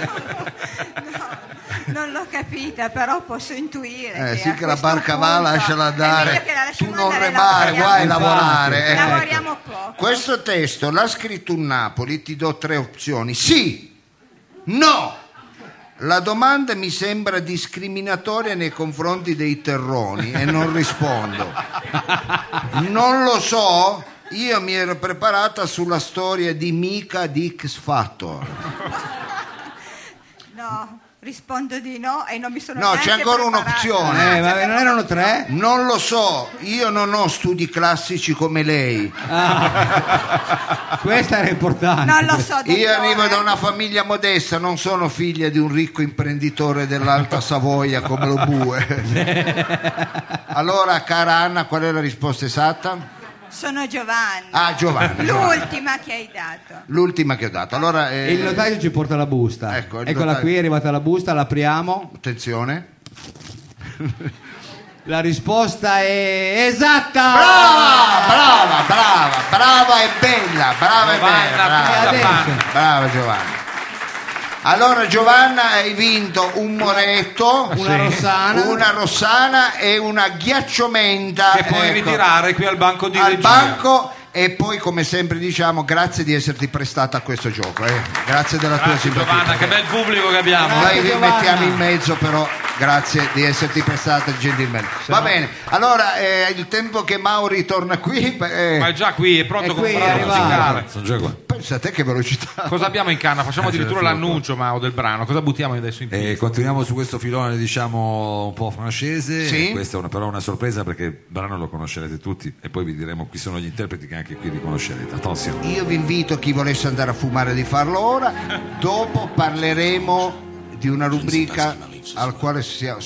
Non l'ho capita, però posso intuire. Sì, a che la questo barca va, punto lasciala è andare. meglio che la lasciamo Tu non andare, remare, guai lavorare. Ecco. Lavoriamo poco. Questo testo l'ha scritto un Napoli, ti do 3 opzioni. Sì, no. La domanda mi sembra discriminatoria nei confronti dei terroni e non rispondo. Non lo so, io mi ero preparata sulla storia di Mika di X Factor. No. Rispondo di no e non mi sono No, neanche c'è ancora preparata. un'opzione. Vabbè, non erano 3? Non lo so, io non ho studi classici come lei. Questa era importante. Non lo so, dottore. Io arrivo da una famiglia modesta, non sono figlia di un ricco imprenditore dell'Alta Savoia come lo Bue. Allora, cara Anna, qual è la risposta esatta? Sono Giovanna. Ah, Giovanna. L'ultima che hai dato. L'ultima che ho dato. Allora, E il notaio ci porta la busta. Ecco, il Eccola notaio. qui, è arrivata la busta, l'apriamo. attenzione. La risposta è esatta! Brava e bella, brava e Giovanna, bella, adesso. brava Giovanna. Allora Giovanna, hai vinto un moretto, Una rossana. e una ghiacciomenta Che puoi ritirare qui al banco di al regia. banco. E poi, come sempre diciamo, grazie di esserti prestata a questo gioco, grazie della tua Grazie simpatia. Giovanna, che bel pubblico che abbiamo. Noi vi Giovanna. mettiamo in mezzo, però grazie di esserti prestata gentilmente. Va bene, allora il tempo che Mauri torna qui, Ma è già qui, è pronto È qui, con è arrivato. Sono già qua. pensa a te che velocità. Cosa abbiamo in canna? Facciamo addirittura certo. l'annuncio, Mao, del brano. Cosa buttiamo adesso in piedi? E continuiamo su questo filone, diciamo, un po' francese. Sì. Questa è però una sorpresa perché il brano lo conoscerete tutti e poi vi diremo chi sono gli interpreti che anche qui li conoscerete. Attenzione. Io vi invito, chi volesse andare a fumare, di farlo ora. Dopo parleremo di una rubrica alla quale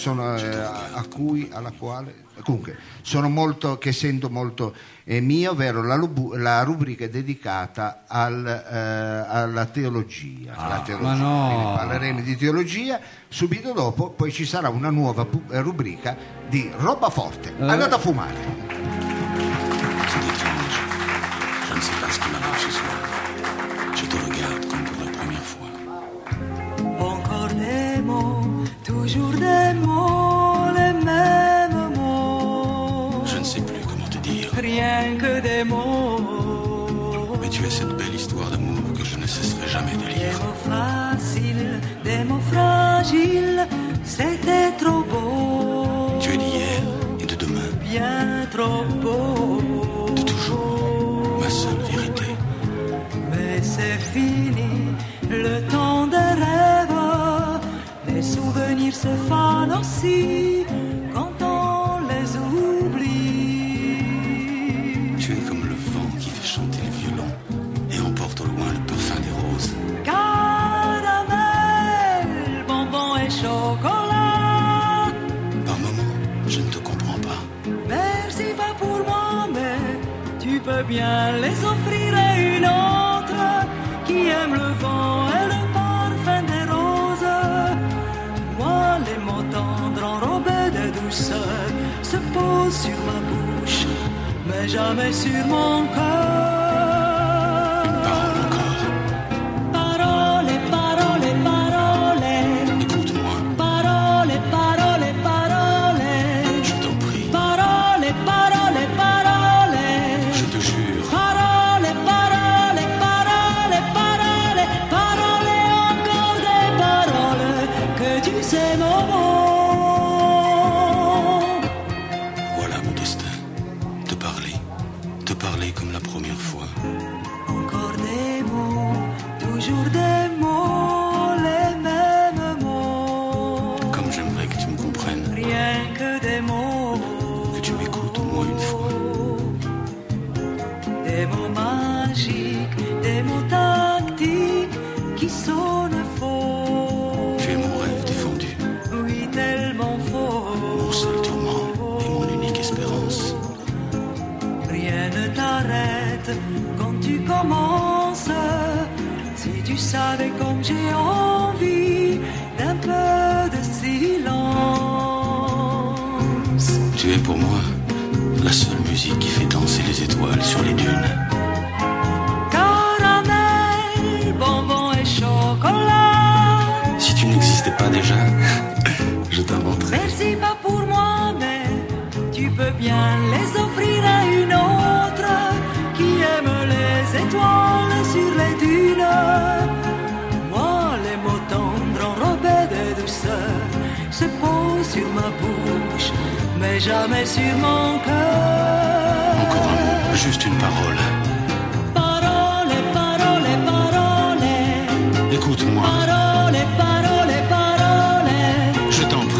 comunque sono molto, che sento molto mio, ovvero la rubrica dedicata alla teologia. La teologia. ma no. Quindi parleremo di teologia subito dopo, poi ci sarà una nuova rubrica di roba forte. Andate a fumare. Je ne sais pas ce qui m'arrive ce soir. Je te regarde comme pour la première fois. Encore des mots, toujours des mots, les mêmes mots. Je ne sais plus comment te dire. Rien que des mots. Mais tu es cette belle histoire d'amour que je ne cesserai jamais de Des lire. mots faciles, des mots fragiles, c'était trop beau. Tu es d'hier et de demain, Bien trop beau. de toujours, ma seule vérité. Mais c'est fini, le temps des rêves. Les souvenirs se fanent aussi quand on les oublie. Tu es comme le vent qui fait chanter le violon et emporte au loin le parfum des roses. Caramel, bonbon et chocolat. Par moments, je ne te comprends pas. Merci pas pour moi, mais tu peux bien les offrir à une autre qui aime le vent et le parfum des roses. Moi, les mots tendres enrobés de douceur se posent sur ma bouche, mais jamais sur mon cœur. Parole encore, Parole, parole, parole. écoute-moi, Parole, parole, parole. je t'en prie, Parole, parole, parole. je te jure. Parole, parole, parole, parole. Parole, encore des paroles que tu sais mon mot. Voilà mon destin, te parler comme la première fois. Encore des mots, toujours des mots, les mêmes mots. Comme j'aimerais que tu me comprennes, Rien que des mots. que tu m'écoutes au moins une fois. Des mots magiques, des mots tactiques qui sonnent faux. Tu es mon rêve défendu, Oui, tellement faux. mon seul tourment et mon unique espérance. Rien ne t'arrête quand tu commences. Si tu savais comme j'ai envie d'un peu de silence. Tu es pour moi la seule musique qui fait danser les étoiles sur les dunes. Caramel, bonbon et chocolat. Si tu n'existais pas déjà, je t'inventerais. Merci pas pour moi, mais tu peux bien les offrir à une autre qui aime les étoiles sur les dunes. Moi, les mots tendres enrobés de douceur se posent sur ma bouche, mais jamais sur mon cœur. Encore un mot, juste une parole. Parole, parole, parole. Écoute-moi, Parole, parole, parole.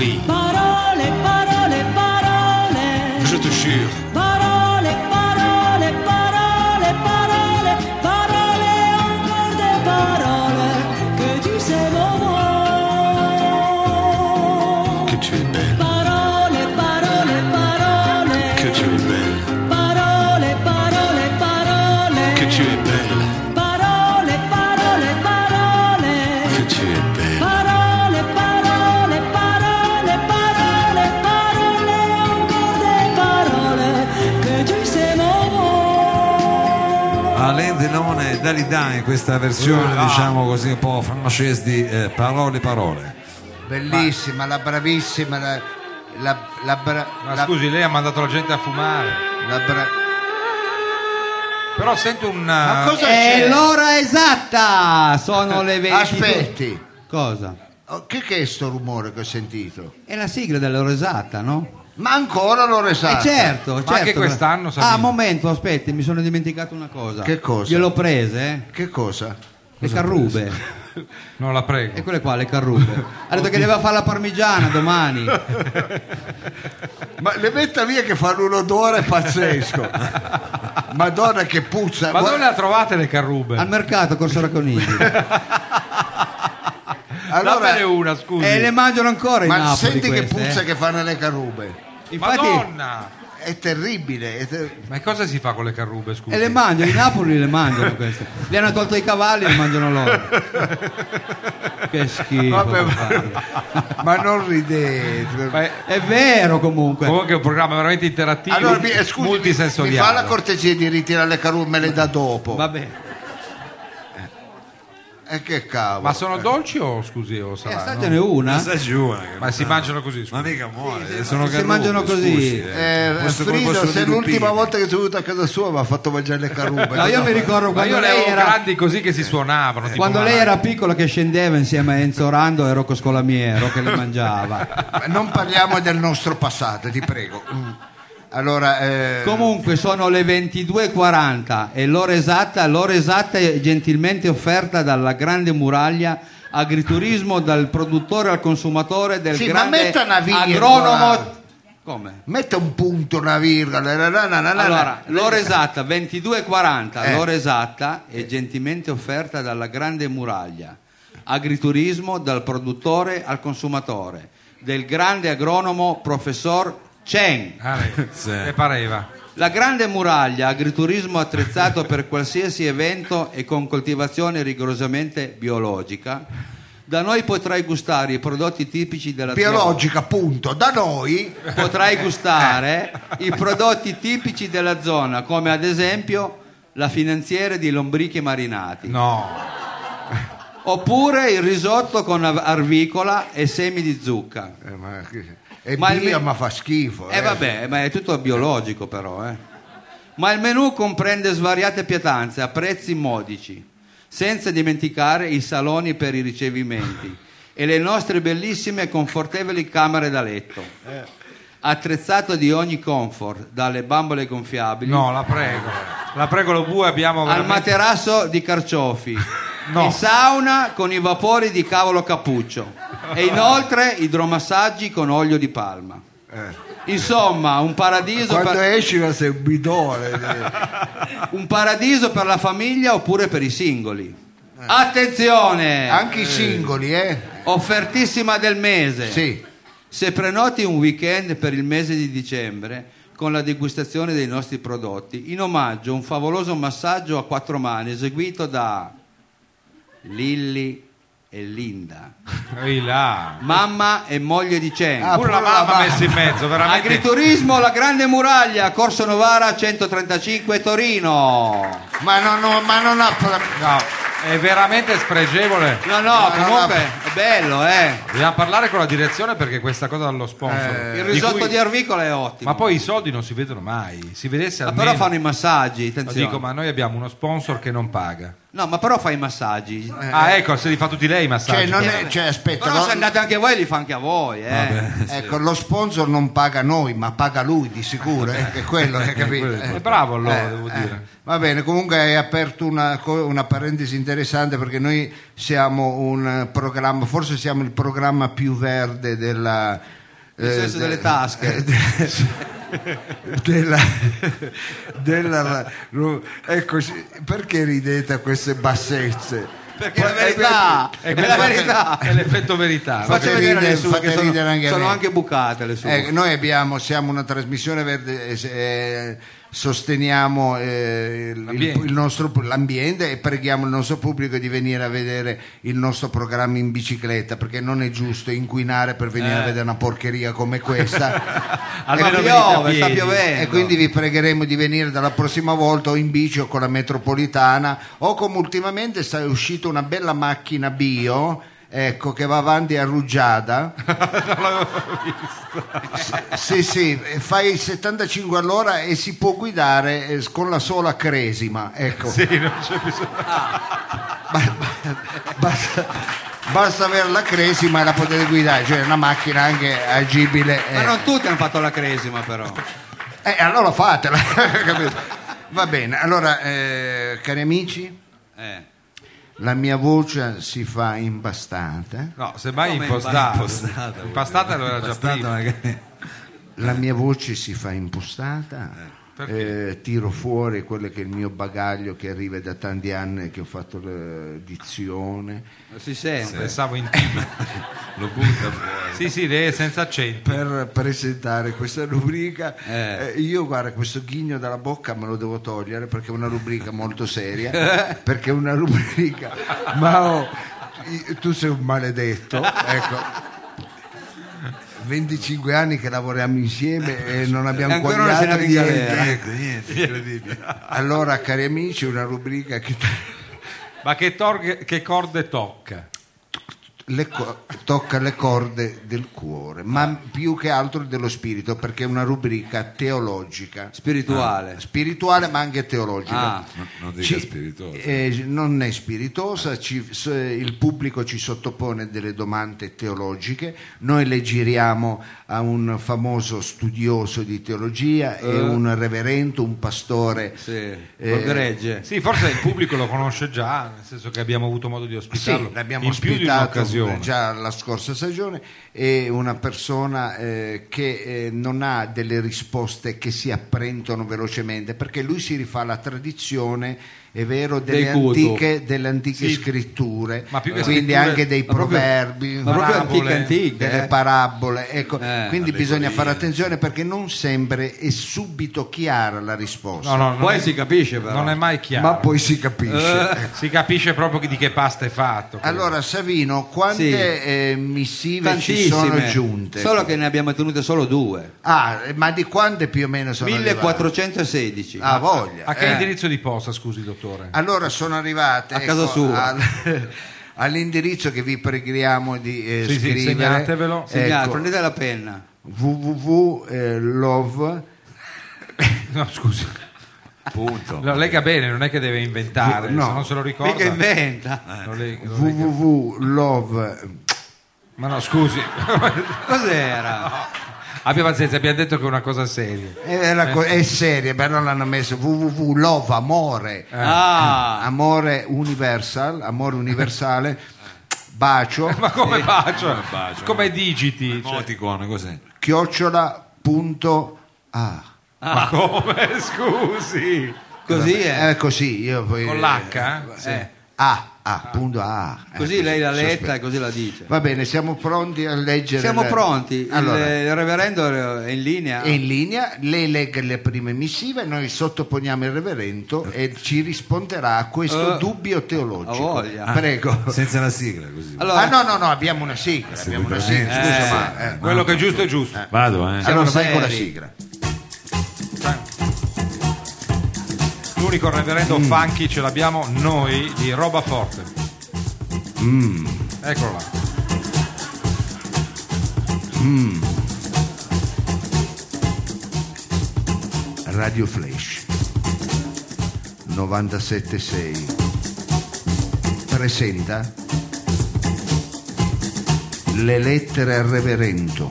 Paris. Parole, parole, parole. Je te jure. Parole, parole, parole, parole, parole, encore des paroles que tu sais moi. Que tu es belle. Parole, parole, parole. Que tu es belle. Parole, parole, parole. Que tu es belle. Parole, parole, parole. Que tu es belle. Parole, parole, parole, parole, parole, encore des paroles que tu sais moi. Alain Delon e Dalida in questa versione, diciamo così, un po' francese di Parole Parole. Bellissima, la bravissima, Ma scusi, lei ha mandato la gente a fumare. Però sento Ma un... cosa È c'è? l'ora esatta! Sono le 20. Aspetti, Cosa? che è sto rumore che ho sentito? È la sigla dell'ora esatta, no? Ma ancora l'ora esatta? Certo, certo. anche quest'anno, Sabino. Ah, momento, aspetti, mi sono dimenticato una cosa. Che cosa? Gliel'ho prese, Che cosa? le carrube. Non la prego. E quelle qua, le carrube. Ha detto che deve fare la parmigiana domani. Ma le metta via che fanno un odore pazzesco. Madonna che puzza. Ma dove le ha trovate le carrube? Al mercato, Corso Racconigi. Dammene una, scusi. E le mangiano ancora in Ma Napoli senti che queste, puzza che fanno le carrube. Infatti, Madonna! È terribile. Ma cosa si fa con le carrube, scusi? e le mangiano, in Napoli le mangiano queste. Li hanno tolto i cavalli e le mangiano loro. Che schifo. Vabbè, che fanno. ma non ridete. Ma È vero comunque. comunque è un programma veramente interattivo, Allora, scusi, mi multisensoriale. fa la cortesia di ritirare le carube, me le dà dopo. Va bene. E che cavolo. Ma sono dolci o scusi o salati? Assaggiane una. Sta giù, Ma si mangiano così, scusi. ma mica muore, Sì, sono si carrube, mangiano così. scusi, Frido, questo se di l'ultima lupino. volta che sono venuto a casa sua mi ha fatto mangiare le carube. No, io mi ricordo Ma quando io le lei avevo era grandi così che si suonavano. tipo quando una- lei era piccola, che scendeva insieme a Enzo Rando e Rocco Scolamiero che le mangiava. Non parliamo del nostro passato, ti prego. Allora, Comunque sono le 22:40 e l'ora esatta è gentilmente offerta dalla Grande Muraglia Agriturismo, dal produttore al consumatore, del Sì, ma grande metta una virgola. agronomo. Come? mette un punto, una virgola. Allora, l'ora esatta 22:40, Eh. l'ora esatta è gentilmente offerta dalla Grande Muraglia Agriturismo, dal produttore al consumatore, del grande agronomo professor Chen. Sì. Le pareva. La Grande Muraglia Agriturismo attrezzato per qualsiasi evento e con coltivazione rigorosamente biologica. Da noi potrai gustare i prodotti tipici della Biologica, appunto. Da noi zona. Potrai gustare i prodotti tipici della zona, come ad esempio la finanziere di lombrichi marinati. No. Oppure il risotto con arvicola e semi di zucca. è Ma il bio, me- ma fa schifo. Vabbè, ma è tutto biologico però. Ma il menù comprende svariate pietanze a prezzi modici, senza dimenticare i saloni per i ricevimenti e le nostre bellissime e confortevoli camere da letto. Attrezzato di ogni comfort, dalle bambole gonfiabili No, la prego, lo bue abbiamo al veramente... materasso di carciofi, No. in sauna con i vapori di cavolo cappuccio e inoltre idromassaggi con olio di palma. Insomma, un paradiso Quando per... esci sei un bidone. Un paradiso per la famiglia oppure per i singoli. Attenzione! Anche i singoli, Offertissima del mese. Sì. Se prenoti un weekend per il mese di dicembre con la degustazione dei nostri prodotti, in omaggio un favoloso massaggio a 4 mani eseguito da Lilli e Linda, Ehi là. mamma e moglie di Chen. Ah, Pure la pure la mamma mamma. messa in mezzo, veramente. Agriturismo La Grande Muraglia, Corso Novara 135 Torino. Ma non ha. No, è veramente spregevole. No, no, comunque no. è bello, Dobbiamo parlare con la direzione perché questa cosa dallo sponsor. Il risotto cui- di arvicola è ottimo. Ma poi i soldi non si vedono mai. Si vedesse Ma almeno. però fanno i massaggi, Ma attenzione. dico, ma noi abbiamo uno sponsor che non paga. No, ma però fa i massaggi. Ecco, se li fa tutti lei i massaggi. Aspetta, Però se andate anche voi li fa anche a voi. ecco, lo sponsor non paga noi, ma paga lui di sicuro, è quello, hai capito? È bravo allora, devo dire. Va bene, comunque hai aperto una parentesi interessante, perché noi siamo un programma, forse siamo il programma più verde della... Nel senso delle tasche. Ecco, perché ridete a queste bassezze? Perché la verità è la verità. È l'effetto verità. Faccio vedere le sue, che ridere anche sono me. anche bucate le sue. Noi siamo una trasmissione verde, sosteniamo l'ambiente e preghiamo il nostro pubblico di venire a vedere il nostro programma in bicicletta, perché non è giusto inquinare per venire a vedere una porcheria come questa. Sta piovendo. E quindi vi pregheremo di venire dalla prossima volta o in bici o con la metropolitana, o come ultimamente è uscita una bella macchina bio, ecco, che va avanti a rugiada. Non l'avevo visto. Sì, fai 75 all'ora e si può guidare con la sola cresima, ecco. Sì, non c'è bisogno. Basta avere la cresima e la potete guidare, cioè è una macchina anche agibile. Ma non tutti hanno fatto la cresima, però. Allora fatela. Va bene, allora cari amici, la mia voce si fa impastata. No, semmai Come impostata. Impastata lo era già prima. La mia voce si fa impostata. Tiro fuori quello che è il mio bagaglio, che arriva da tanti anni che ho fatto dizione. Si sente. Pensavo intimo. Lo butta fuori. Sì, lei è senza accento. Per presentare questa rubrica, io guarda, questo ghigno dalla bocca me lo devo togliere, perché è una rubrica molto seria, perché è una rubrica, ma tu sei un maledetto, ecco. 25 anni che lavoriamo insieme e non abbiamo ancora non quagliato se ne niente. Incredibile. Allora, cari amici, una rubrica che Ma che corde tocca? tocca le corde del cuore, ma più che altro dello spirito, perché è una rubrica teologica, spirituale ma anche teologica. Non dica spiritosa. Non è spiritosa, il pubblico ci sottopone delle domande teologiche, noi le giriamo a un famoso studioso di teologia e un reverendo, un pastore. Gregge. Sì, forse il pubblico lo conosce già, nel senso che abbiamo avuto modo di ospitarlo. Sì, l'abbiamo in più di ospitato un'occasione. già la scorsa stagione. È una persona che non ha delle risposte che si apprendono velocemente, perché lui si rifà alla tradizione, è vero, delle antiche scritture, ma più che quindi scritture, anche dei proverbi, antiche, delle parabole, ecco. Quindi bisogna fare attenzione, perché non sempre è subito chiara la risposta. No, poi si capisce, però non è mai chiaro, ma poi si capisce. si capisce proprio di che pasta è fatto. Allora, Savino, quante missive ci sono giunte? Solo che ne abbiamo tenute solo 2. Ma di quante più o meno sono 1416. arrivate? Voglia. A che indirizzo di posta, scusi, dottore? Allora sono arrivate a casa sua. all'indirizzo che vi preghiamo di scrivere. Segnatevelo. Ecco, Prendete la penna. www.love. No, scusi. Punto. Lo lega bene, non è che deve inventare, No. se non se lo ricorda. Mica inventa. Lo lega. www.love. Ma no, scusi. Cos'era? Abbia pazienza, abbiamo detto che è una cosa seria. È seria, però l'hanno messo www.love, amore. Amore universale. Bacio. Ma come bacio? Come digiti? Emoticon, cos'è? @. Ma come? Scusi. Così è. Così, io poi Con l'H? Sì. Punto A. Così lei l'ha letta e così la dice. Va bene, siamo pronti a leggere. Siamo pronti. Allora, Il reverendo è in linea. è in linea, lei legge le prime missive, noi sottoponiamo il reverendo e ci risponderà a questo dubbio teologico. A voglia. Prego. Senza la sigla, così. Allora, No, abbiamo una sigla. Scusa, ma Quello che è giusto è giusto. Vado, allora vai con la seri. sigla. L'unico reverendo funky ce l'abbiamo noi di roba forte. Eccolo là. Radio Flash 97.6 presenta Le lettere al reverendo,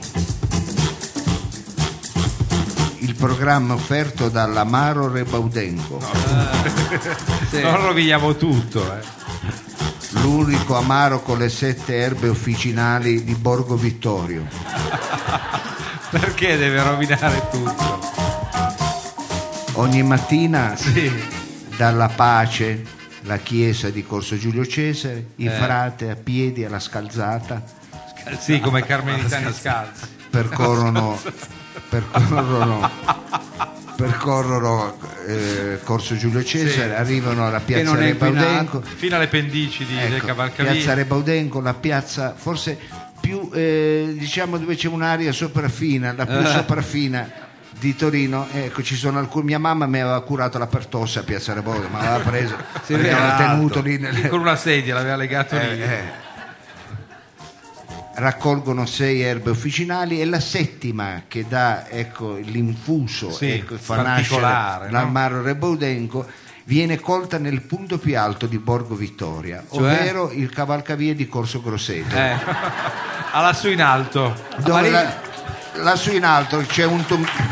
il programma offerto dall'Amaro Rebaudenco, Sì. Non roviniamo tutto. l'unico amaro con le 7 erbe officinali di Borgo Vittorio. Perché deve rovinare tutto? Ogni mattina Sì. dalla Pace, la chiesa di Corso Giulio Cesare, i frate a piedi alla scalzata Sì, come carmelitani scalzi. percorrono Corso Giulio Cesare, Sì. arrivano alla Che piazza non è Rebaudenco, Fino alle pendici del ecco, cavalcavia. piazza Rebaudenco, la piazza forse più diciamo dove c'è un'area sopraffina, la più sopraffina di Torino. Ecco, ci sono alcuni, mia mamma mi aveva curato la pertosse a piazza Rebaudenco, ma l'aveva preso, l'aveva tenuto lì Con una sedia l'aveva legato lì. raccolgono 6 erbe officinali e la settima che dà, ecco, l'infuso, Sì, ecco, fa nascere particolare, no? l'Amaro Rebaudenco, viene colta nel punto più alto di Borgo Vittoria, Cioè? ovvero il cavalcavia di Corso Grosseto, Lassù in alto. dove lassù in alto c'è un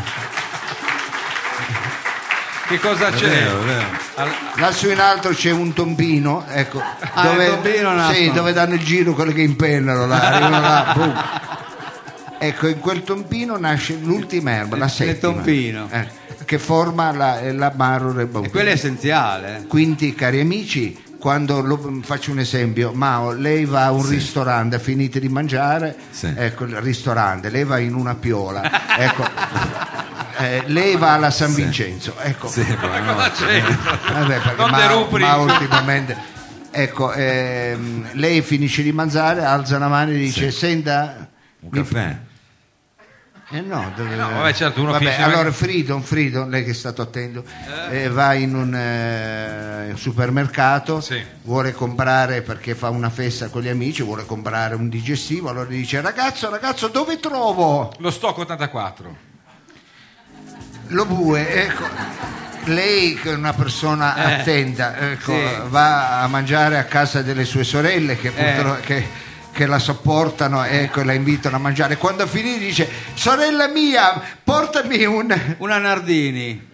Che cosa c'è? lassù in alto c'è un tombino, ecco, il tombino nascono. sì, dove danno il giro quelli che impennano là, arrivano là, boom. Ecco, in quel tombino nasce l'ultima erba, la Nel settima, tombino. che forma l'Amaro Rebaudenco. E quello è essenziale. Quindi, cari amici, quando faccio un esempio, Mao, lei va a un ristorante, finite di mangiare, ecco il ristorante, lei va in una piola, ecco, lei va alla San Vincenzo, ecco, Cosa c'è? vabbè, perché Non derupri. Mao ultimamente, ecco, lei finisce di mangiare, alza la mano e dice: senta, Un caffè. no, vabbè, certo, uno vabbè, finisce allora Frido, lei che è stato attento, va in un supermercato, Sì. vuole comprare, perché fa una festa con gli amici, vuole comprare un digestivo, allora dice: ragazzo, dove trovo Lo stock 84. lo bue? Ecco, lei che è una persona attenta, ecco, sì. va a mangiare a casa delle sue sorelle che purtroppo che la sopportano, ecco, e la invitano a mangiare. Quando finì dice: sorella mia, portami Una Nardini.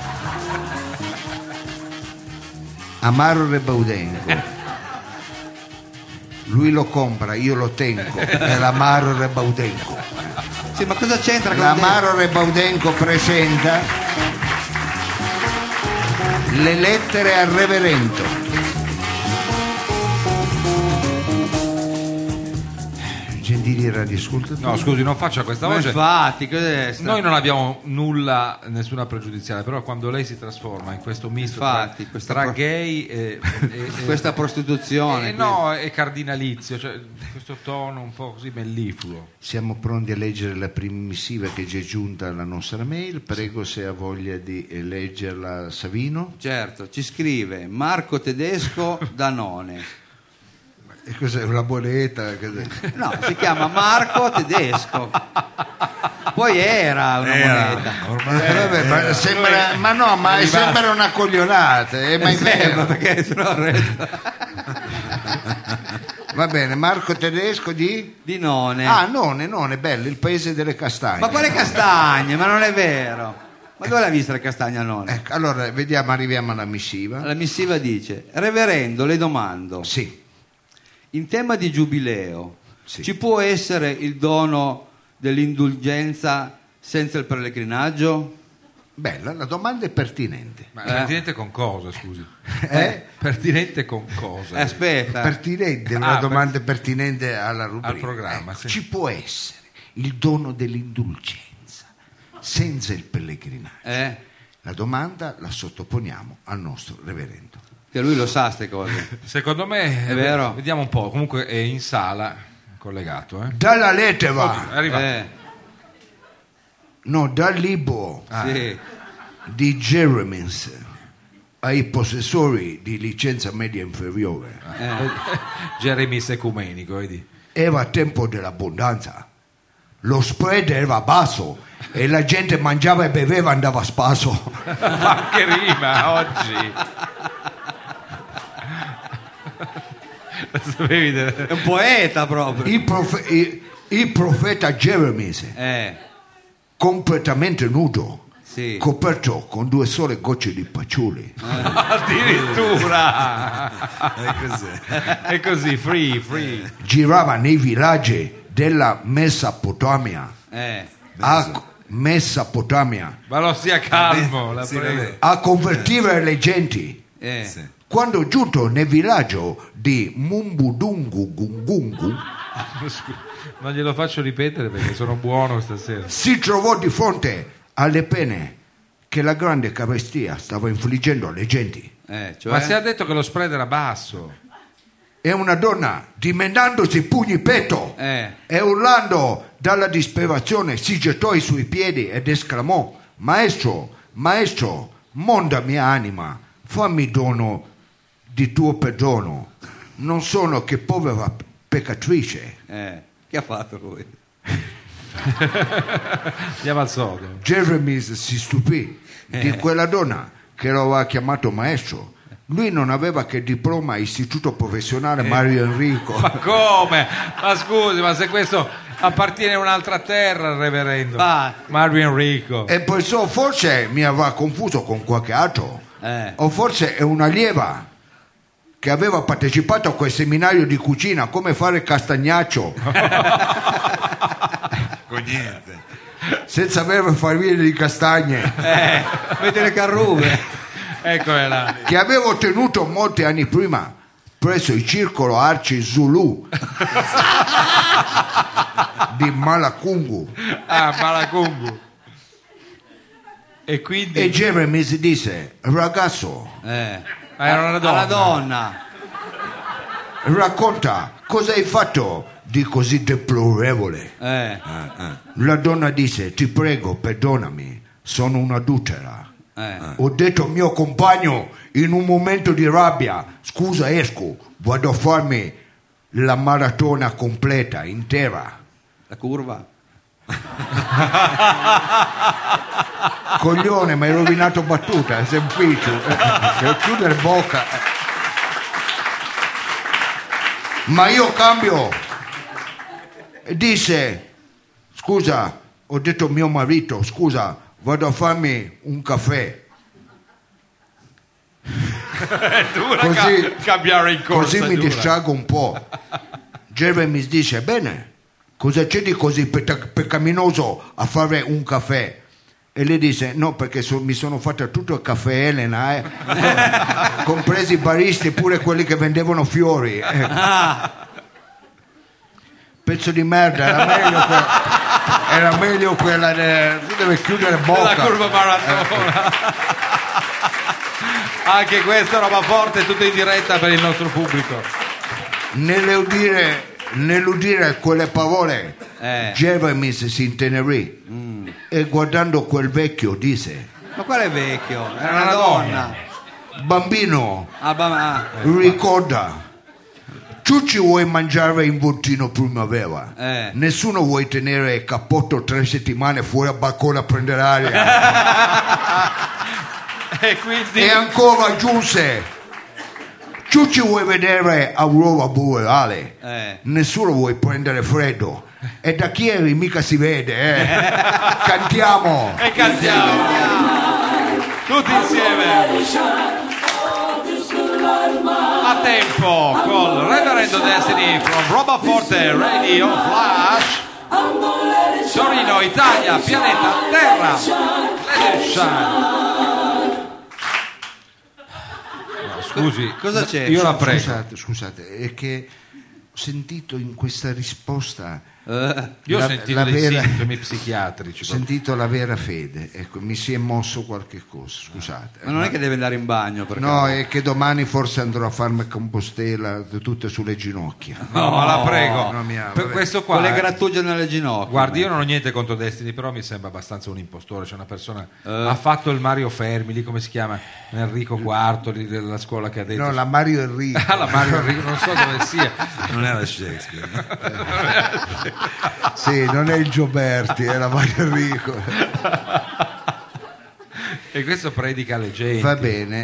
Amaro Rebaudenco. Lui lo compra, io lo tengo, è l'Amaro Rebaudenco. Sì, ma cosa c'entra con L'Amaro Rebaudenco presenta Le lettere al reverendo. Gentili radioascoltatori, No, scusi, non faccia questa Ma voce. infatti, cos'è sta? Noi non abbiamo nulla, nessuna pregiudiziale, però quando lei si trasforma in questo misto Infatti, tra, questa tra pro- gay e Questa prostituzione. no, è cardinalizio, cioè questo tono un po' così mellifluo. siamo pronti a leggere la prima missiva che ci è giunta alla nostra mail. Prego, se ha voglia di leggerla, Savino. Certo, ci scrive Marco Tedesco Danone. E cos'è, una moneta? Cos'è? No, si chiama Marco Tedesco. Poi era una moneta. Vabbè, ma sembra, ma no, ma sembra una coglionata, ma è vero. Perché sennò resta Va bene, Marco Tedesco di? di None. Ah, None, bello, il paese delle castagne. Ma quale castagne? Ma non è vero. Ma dove l'ha vista la castagna None? Ecco, allora vediamo, arriviamo alla missiva. La missiva dice: Reverendo, le domando, Sì, in tema di giubileo, Sì. ci può essere il dono dell'indulgenza senza il pellegrinaggio? bella, la domanda è pertinente. Ma pertinente con cosa, scusi? Pertinente con cosa? Aspetta, Pertinente, una domanda pertinente alla rubrica. al programma, sì. Ci può essere il dono dell'indulgenza senza il pellegrinaggio? La domanda la sottoponiamo al nostro reverendo. che lui lo sa ste cose. Secondo me È vero? Vediamo un po', comunque è in sala collegato, Dalla lettera, È arrivato. no, dal libro Sì. di Jeremins ai possessori di licenza media inferiore. Jeremy Secumenico, vedi? Era tempo dell'abbondanza, lo spread era basso e la gente mangiava e beveva, andava a spasso. Ma che rima oggi! È un poeta proprio. Il profeta Geremia, completamente nudo, Sì. coperto con 2 sole gocce di patchouli, Addirittura è così, free. girava nei villaggi della Mesopotamia. Mesopotamia, Ma lo stia calmo, la Sì, prego. vabbè. a convertire le genti. Sì. Quando giunto nel villaggio di Mumbudungu Gungungu, Non glielo faccio ripetere perché sono buono stasera. si trovò di fronte alle pene che la grande carestia stava infliggendo alle genti. Cioè? Ma si è detto che lo spread era basso. E una donna, dimenandosi i pugni in petto e urlando dalla disperazione, si gettò ai suoi piedi ed esclamò: Maestro, monda mia anima, fammi dono di tuo perdono. Non sono che povera peccatrice. Che ha fatto lui? Andiamo al sodo. Geremia si stupì di quella donna che lo aveva chiamato maestro. Lui non aveva che diploma istituto professionale Mario Enrico. Ma come? Ma scusi, ma se questo appartiene a un'altra terra, il reverendo Mario Enrico. E pensò forse mi avrà confuso con qualche altro, o forse è un'allieva che aveva partecipato a quel seminario di cucina, come fare castagnaccio Con niente. senza avere farine di castagne, Vede le carrube. Eccola là. che aveva ottenuto molti anni prima presso il circolo Arci Zulu di Malakungu. Malakungu. E quindi E Geremia disse: ragazzo, era una donna. Alla donna. racconta cosa hai fatto di così deplorevole. La donna disse: ti prego, perdonami, sono un'adultera. Ho detto al mio compagno in un momento di rabbia: scusa, esco, vado a farmi la maratona completa, intera. La curva. Coglione, mi hai rovinato battuta, è semplice. Devo chiudere bocca. Ma io cambio. E disse: scusa, ho detto a mio marito, scusa, vado a farmi un caffè. È dura Così- cambiare in corsa. Così è mi dura. distraggo un po'. Geremia dice: bene, cosa c'è di così peccaminoso a fare un caffè? E lei dice: no, perché mi sono fatta tutto il caffè Elena, compresi i baristi e pure quelli che vendevano fiori. Pezzo di merda, era meglio quella tu devi chiudere bocca. La curva maratona. Anche questa roba forte, tutto in diretta per il nostro pubblico. Nell'udire quelle parole, Geremia si intenerì e guardando quel vecchio disse: Ma quale vecchio? Era una donna. bambino, Ah, ricorda, tu ci vuoi mangiare in bottino primavera, nessuno vuoi tenere il cappotto 3 settimane fuori al balcone a prendere aria. E quindi E ancora aggiunse: tu ci vuoi vedere aurora boreale, nessuno vuoi prendere freddo, e da chi eri mica si vede. Cantiamo. e cantiamo tutti insieme a tempo col Reverendo Destiny from Roba Forte Radio Flash, Torino, Italia, pianeta Terra. Let it shine. Scusi, Cosa c'è? Io la prego. Scusate, è che ho sentito in questa risposta Io ho la- sentito la dei vera- sintomi psichiatrici. ho sentito la vera fede, ecco, mi si è mosso qualche cosa, scusate. ma non è che deve andare in bagno perché No, è che domani forse andrò a farmi Compostela tutte sulle ginocchia. No, ma la prego. no, mia- Per vabbè. questo qua con le grattugie nelle ginocchia. guardi, io non ho niente contro Destiny, però mi sembra abbastanza un impostore. C'è una persona ha fatto il Mario Fermi, lì come si chiama? Enrico IV lì della scuola che ha detto. No, la Mario Enrico. Ah, la Mario Enrico, non so dove sia. Non era Shakespeare. Sì, non è il Gioberti, è la Mario Enrico. E questo predica alle genti. Va bene,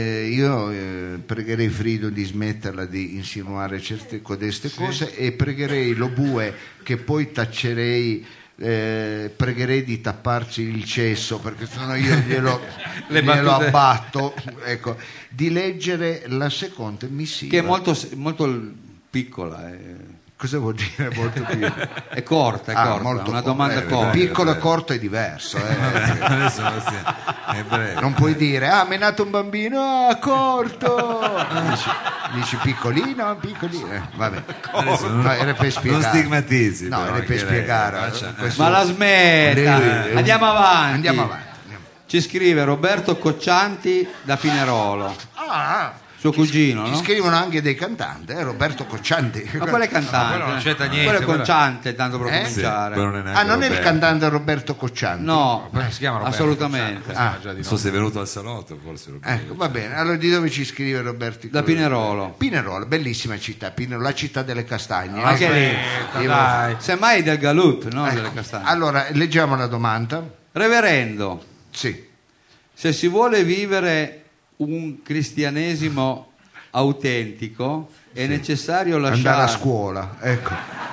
io pregherei Frido di smetterla di insinuare codeste cose e pregherei lo Bue che poi taccerei, pregherei di tapparci il cesso perché sennò io glielo abbatto, ecco, di leggere la seconda missiva. Che è molto piccola. Cosa vuol dire molto più? È corta, molto una domanda corta. Piccolo e corto è diverso. Adesso è breve. Non puoi dire, mi è nato un bambino, corto. Dici piccolino. Vabbè. No, era per spiegare. Non stigmatizzi. No, però, era per anche lei. spiegare. Questo- Ma la smetta. Andiamo avanti. Andiamo avanti. Ci scrive Roberto Coccianti da Pinerolo, suo cugino, Ci no? scrivono anche dei cantanti, Roberto Coccianti. Ma quello è cantante, quello non c'entra niente, quello è quello- Cocciante, tanto per Eh? cominciare. Però non è neanche Non è il Roberto. cantante Roberto Coccianti? No, Come si chiama Roberto? assolutamente. Già di Non so se è venuto al salotto, forse. Ecco, va bene. Allora di dove ci scrive Roberto? Da Pinerolo. Pinerolo, bellissima città, la città delle castagne. Anche lì. Aspetta, Io- dai. Semmai del Galut, no? Ecco. Delle castagne. Allora, leggiamo la domanda. Reverendo, Sì. se si vuole vivere un cristianesimo autentico è necessario Andare a lasciare. scuola, ecco.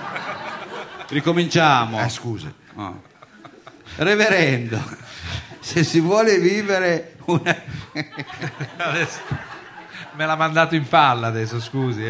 Ricominciamo. Scusa. Oh. Reverendo, se si vuole vivere una... Adesso me l'ha mandato in palla adesso, scusi.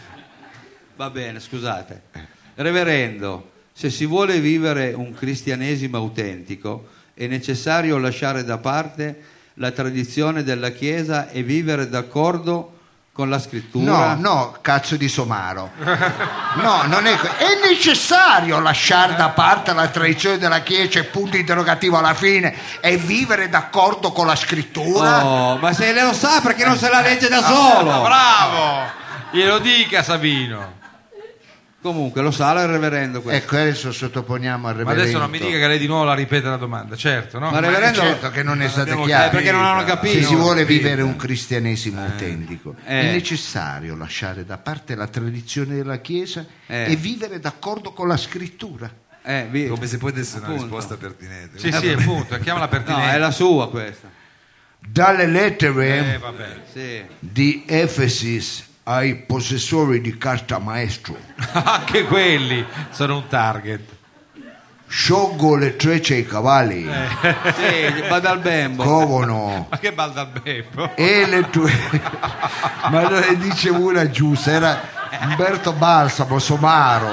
Va bene, scusate. Reverendo, se si vuole vivere un cristianesimo autentico è necessario lasciare da parte la tradizione della Chiesa e vivere d'accordo con la scrittura. No, cazzo di somaro. No, non è necessario lasciare da parte la tradizione della Chiesa e punto interrogativo alla fine e vivere d'accordo con la scrittura. Oh, ma se lo sa perché non se la legge da solo? Bravo! Glielo dica Savino. Comunque lo sa il reverendo questo. Ecco, adesso sottoponiamo al Ma reverendo. adesso non mi dica che lei di nuovo la ripete la domanda, certo, no? Ma reverendo, certo che non è stata chiara. perché non hanno capito. Se si vuole vivere un cristianesimo autentico Eh. è necessario lasciare da parte la tradizione della Chiesa e vivere d'accordo con la scrittura. Come se poi desse una Appunto. risposta pertinente. Sì, sì, appunto, chiamala No, pertinente. è la sua questa. Dalle lettere Vabbè. Sì. di Efesi ai possessori di carta maestro, Anche quelli sono un target. sciolgo le trecce ai cavalli, Sì, vada al bembo. covono Ma che baldabembo. e le tue ma non ne dice una giusta, era Umberto Balsamo Somaro.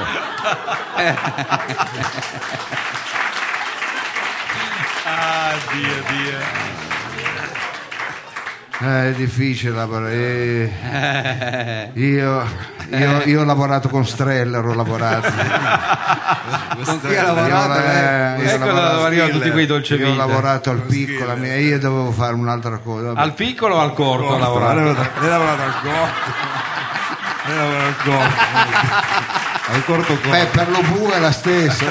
Ah, Dio. È difficile lavorare. Io ho lavorato con Streller, ho lavorato. Con chi ha lavorato? Io ho Ecco lavorato- arrivano tutti quei dolce io ho vita. lavorato al piccolo, io dovevo fare un'altra cosa. vabbè. Al piccolo o al corto ha lavorato? Lei ha lavorato al corto. Lei ha lavorato al corto. Al corto. Beh, per lo bue è la stessa.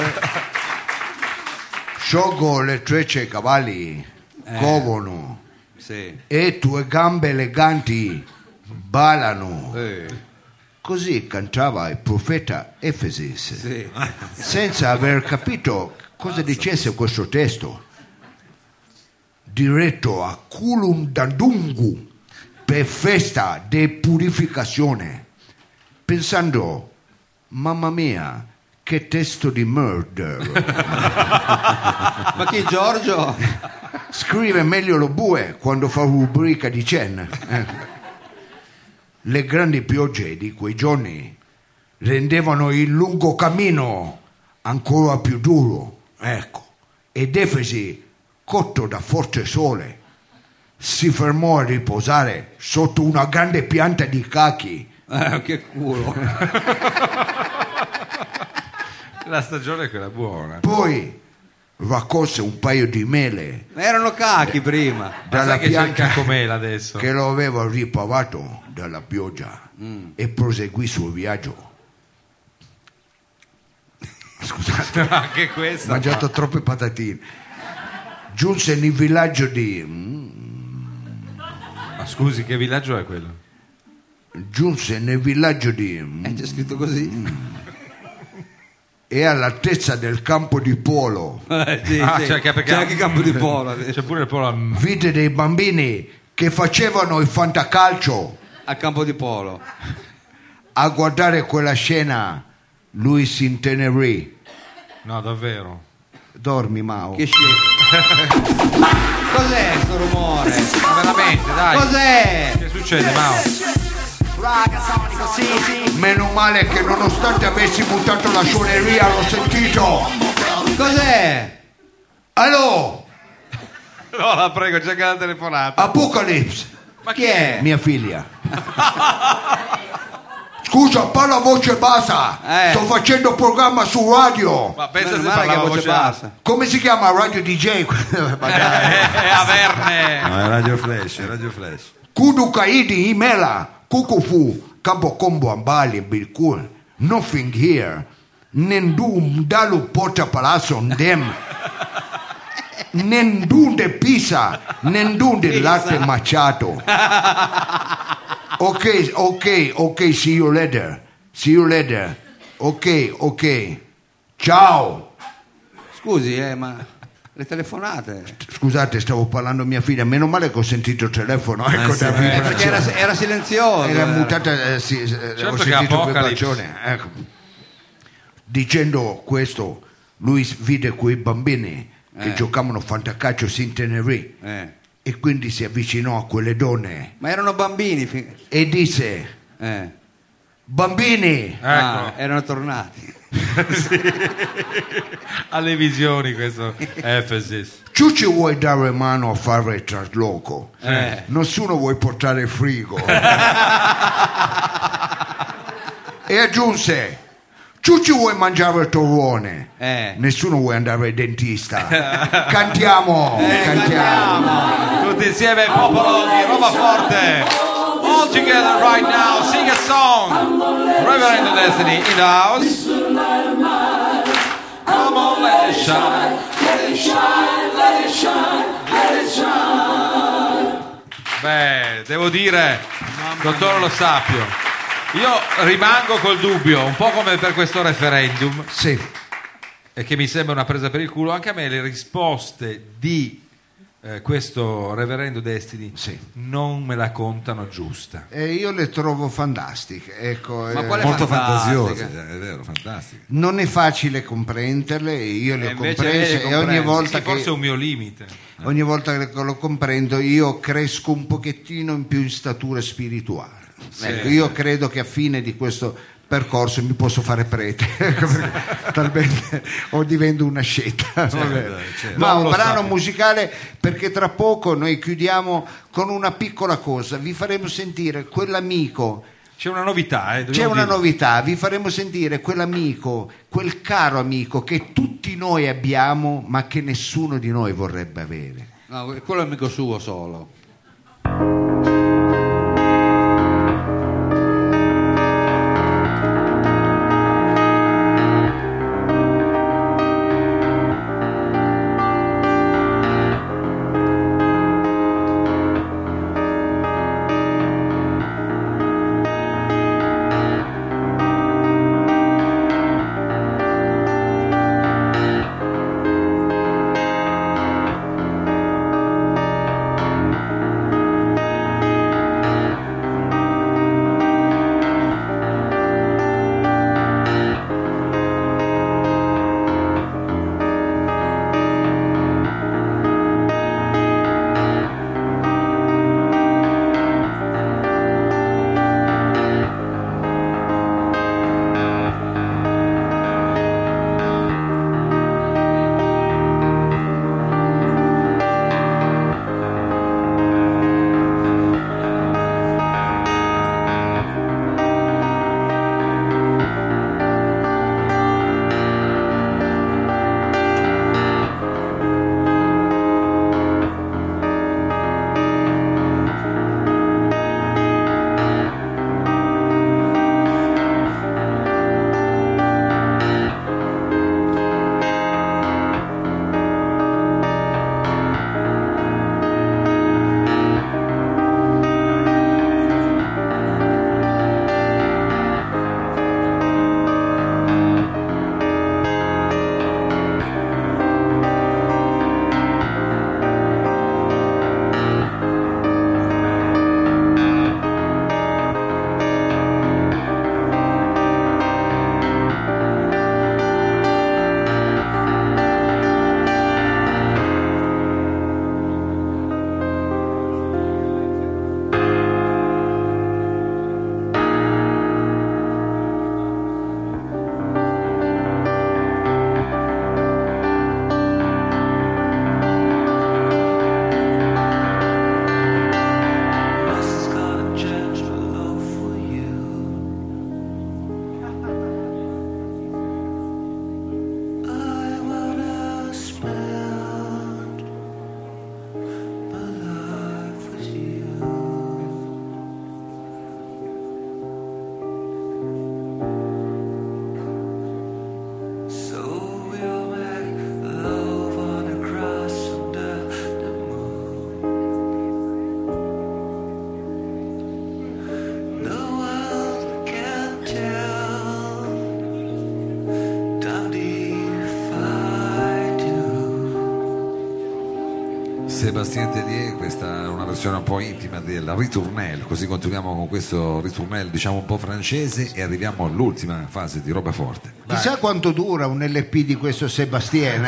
Sciolgo le trecce ai cavalli, covono Sì. e tue gambe eleganti ballano. Eh. Così cantava il profeta Efesis, Sì. senza aver capito cosa dicesse questo testo. Diretto a culum dandungu per festa di purificazione, pensando, mamma mia, che testo di murder. Ma chi Giorgio? Scrive meglio lo bue quando fa rubrica di cena. Le grandi piogge di quei giorni rendevano il lungo cammino ancora più duro, ecco, ed Efesi, cotto da forte sole, si fermò a riposare sotto una grande pianta di cachi. Che culo. La stagione è quella buona. Poi raccolse un paio di mele Erano cachi prima. Ma dalla sai che c'è il pianta cacomela adesso? che lo aveva ripavato dalla pioggia e proseguì il suo viaggio. Scusate, Anche ho questa. mangiato troppe patatine. Giunse nel villaggio di Ma scusi, che villaggio è quello? giunse nel villaggio di C'è scritto così. è all'altezza del campo di polo. Sì, sì. C'è anche C'è anche il campo di polo C'è pure il polo. Vide dei bambini che facevano il fantacalcio. al campo di polo. A guardare quella scena lui si intenerì. No, davvero. Dormi, Mao. Che scemo. Cos'è sto rumore? Ma veramente, dai. Cos'è? Che succede, Mao? Meno male che nonostante avessi buttato la suoneria l'ho sentito. Cos'è? Allo, No, la prego, c'è anche la telefonata. Apocalypse, Ma Chi è? mia figlia. Scusa, parla a voce bassa. Sto facendo programma su radio. Ma pensa se Meno male che parlava voce bassa. Come si chiama Radio DJ? Averne. No, è Radio Flash, è Radio Flash. Kudu Kaidi Imela, Kukufu, Campo Combo Ambali, Bilkul, Nothing Here, Nendu Dalu Porta Palazzo Ndem, Nendu de Pisa, Nendu de Latte Machado. Ok, see you later. Ok. Ciao. Scusi, ma le telefonate. Scusate, stavo parlando a mia figlia, meno male che ho sentito il telefono, ecco, da Perché vibrazione. era silenzioso. Era era. mutata, ho che sentito Apocalypse. vibrazione. Ecco. Dicendo questo, lui vide quei bambini che giocavano fantacalcio, si intenerì e quindi si avvicinò a quelle donne Ma erano bambini. e disse: bambini, Ah, erano tornati. Alle visioni questo Efesis. ci vuoi dare mano a fare il trasloco? Nessuno vuoi portare il frigo. E aggiunse: ci vuoi mangiare il torrone? Nessuno vuole andare al dentista. Cantiamo. Tutti insieme il popolo di Roma Forte. All together right now, sing a song. Reverend Destiny in the house. Come on, let it shine. Let it shine, let it shine, let it shine. Beh, devo dire, dottore Lo Sapio, io rimango col dubbio, un po' come per questo referendum, Sì. e che mi sembra una presa per il culo. Anche a me le risposte di questo reverendo Destiny non me la contano giusta. Io le trovo fantastiche, ecco, Ma quale Molto fantastica. fantasiose, è vero, fantastiche. non è facile comprenderle, io le ho invece comprese lei le e ogni comprende. volta, Sì, forse che, è un mio limite. ogni volta che lo comprendo io cresco un pochettino in più in statura spirituale. Ecco, io credo che a fine di questo percorso mi posso fare prete. Talmente o divento una sceta. certo. Ma Non un lo brano so. musicale, perché tra poco noi chiudiamo con una piccola cosa, vi faremo sentire quell'amico. C'è una novità, C'è dobbiamo una dirlo. novità, vi faremo sentire quell'amico, quel caro amico che tutti noi abbiamo ma che nessuno di noi vorrebbe avere. No, quello è amico suo solo. Sébastien Tellier, questa è una versione un po' intima del Ritournelle, così continuiamo con questo Ritournelle diciamo un po' francese e arriviamo all'ultima fase di roba forte. Chissà quanto dura un LP di questo Sébastien,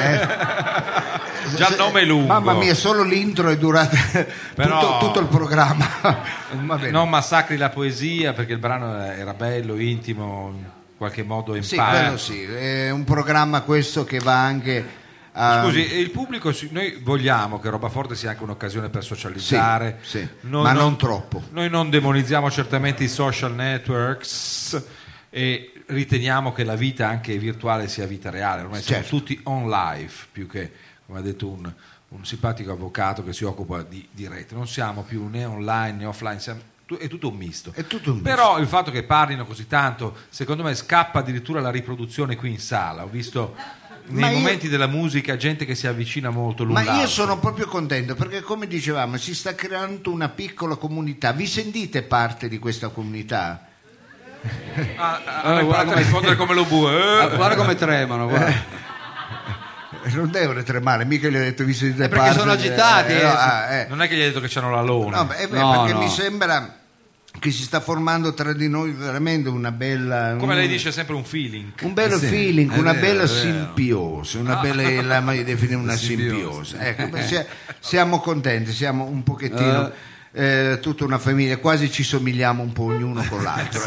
Già il nome è lungo. Mamma mia, solo l'intro è durata Però- tutto il programma. Va bene. Non massacri la poesia, perché il brano era bello, intimo, in qualche modo Sì, empatico. quello sì, è un programma questo che va anche a... Scusi, il pubblico, noi vogliamo che Roba Forte sia anche un'occasione per socializzare, Sì, sì, Noi ma non troppo. Noi non demonizziamo certamente i social networks e riteniamo che la vita anche virtuale sia vita reale, ormai siamo Certo. tutti on live, più che, come ha detto un simpatico avvocato che si occupa di rete, non siamo più né online né offline, è tutto un misto. È tutto un misto. Però il fatto che parlino così tanto, secondo me scappa addirittura la riproduzione qui in sala. Ho visto Ma nei io- momenti della musica gente che si avvicina molto l'un Ma io l'altro. sono proprio contento perché, come dicevamo, si sta creando una piccola comunità. Vi sentite parte di questa comunità? Guarda come rispondere come lo bue. Guarda come tremano, guarda. Non devono tremare, mica gli ho detto vi sentite perché parte. sono agitati, Non è che gli hai detto che c'hanno la lona. No, beh, No, perché no. mi sembra che si sta formando tra di noi veramente una bella... Come lei dice sempre un feeling. Un bello Sì, feeling, è una vero, bella è vero. simbiosi, una bella, ma io definire una simbiosi. Ecco, beh, siamo contenti, siamo un pochettino tutta una famiglia, quasi ci somigliamo un po' ognuno con l'altro.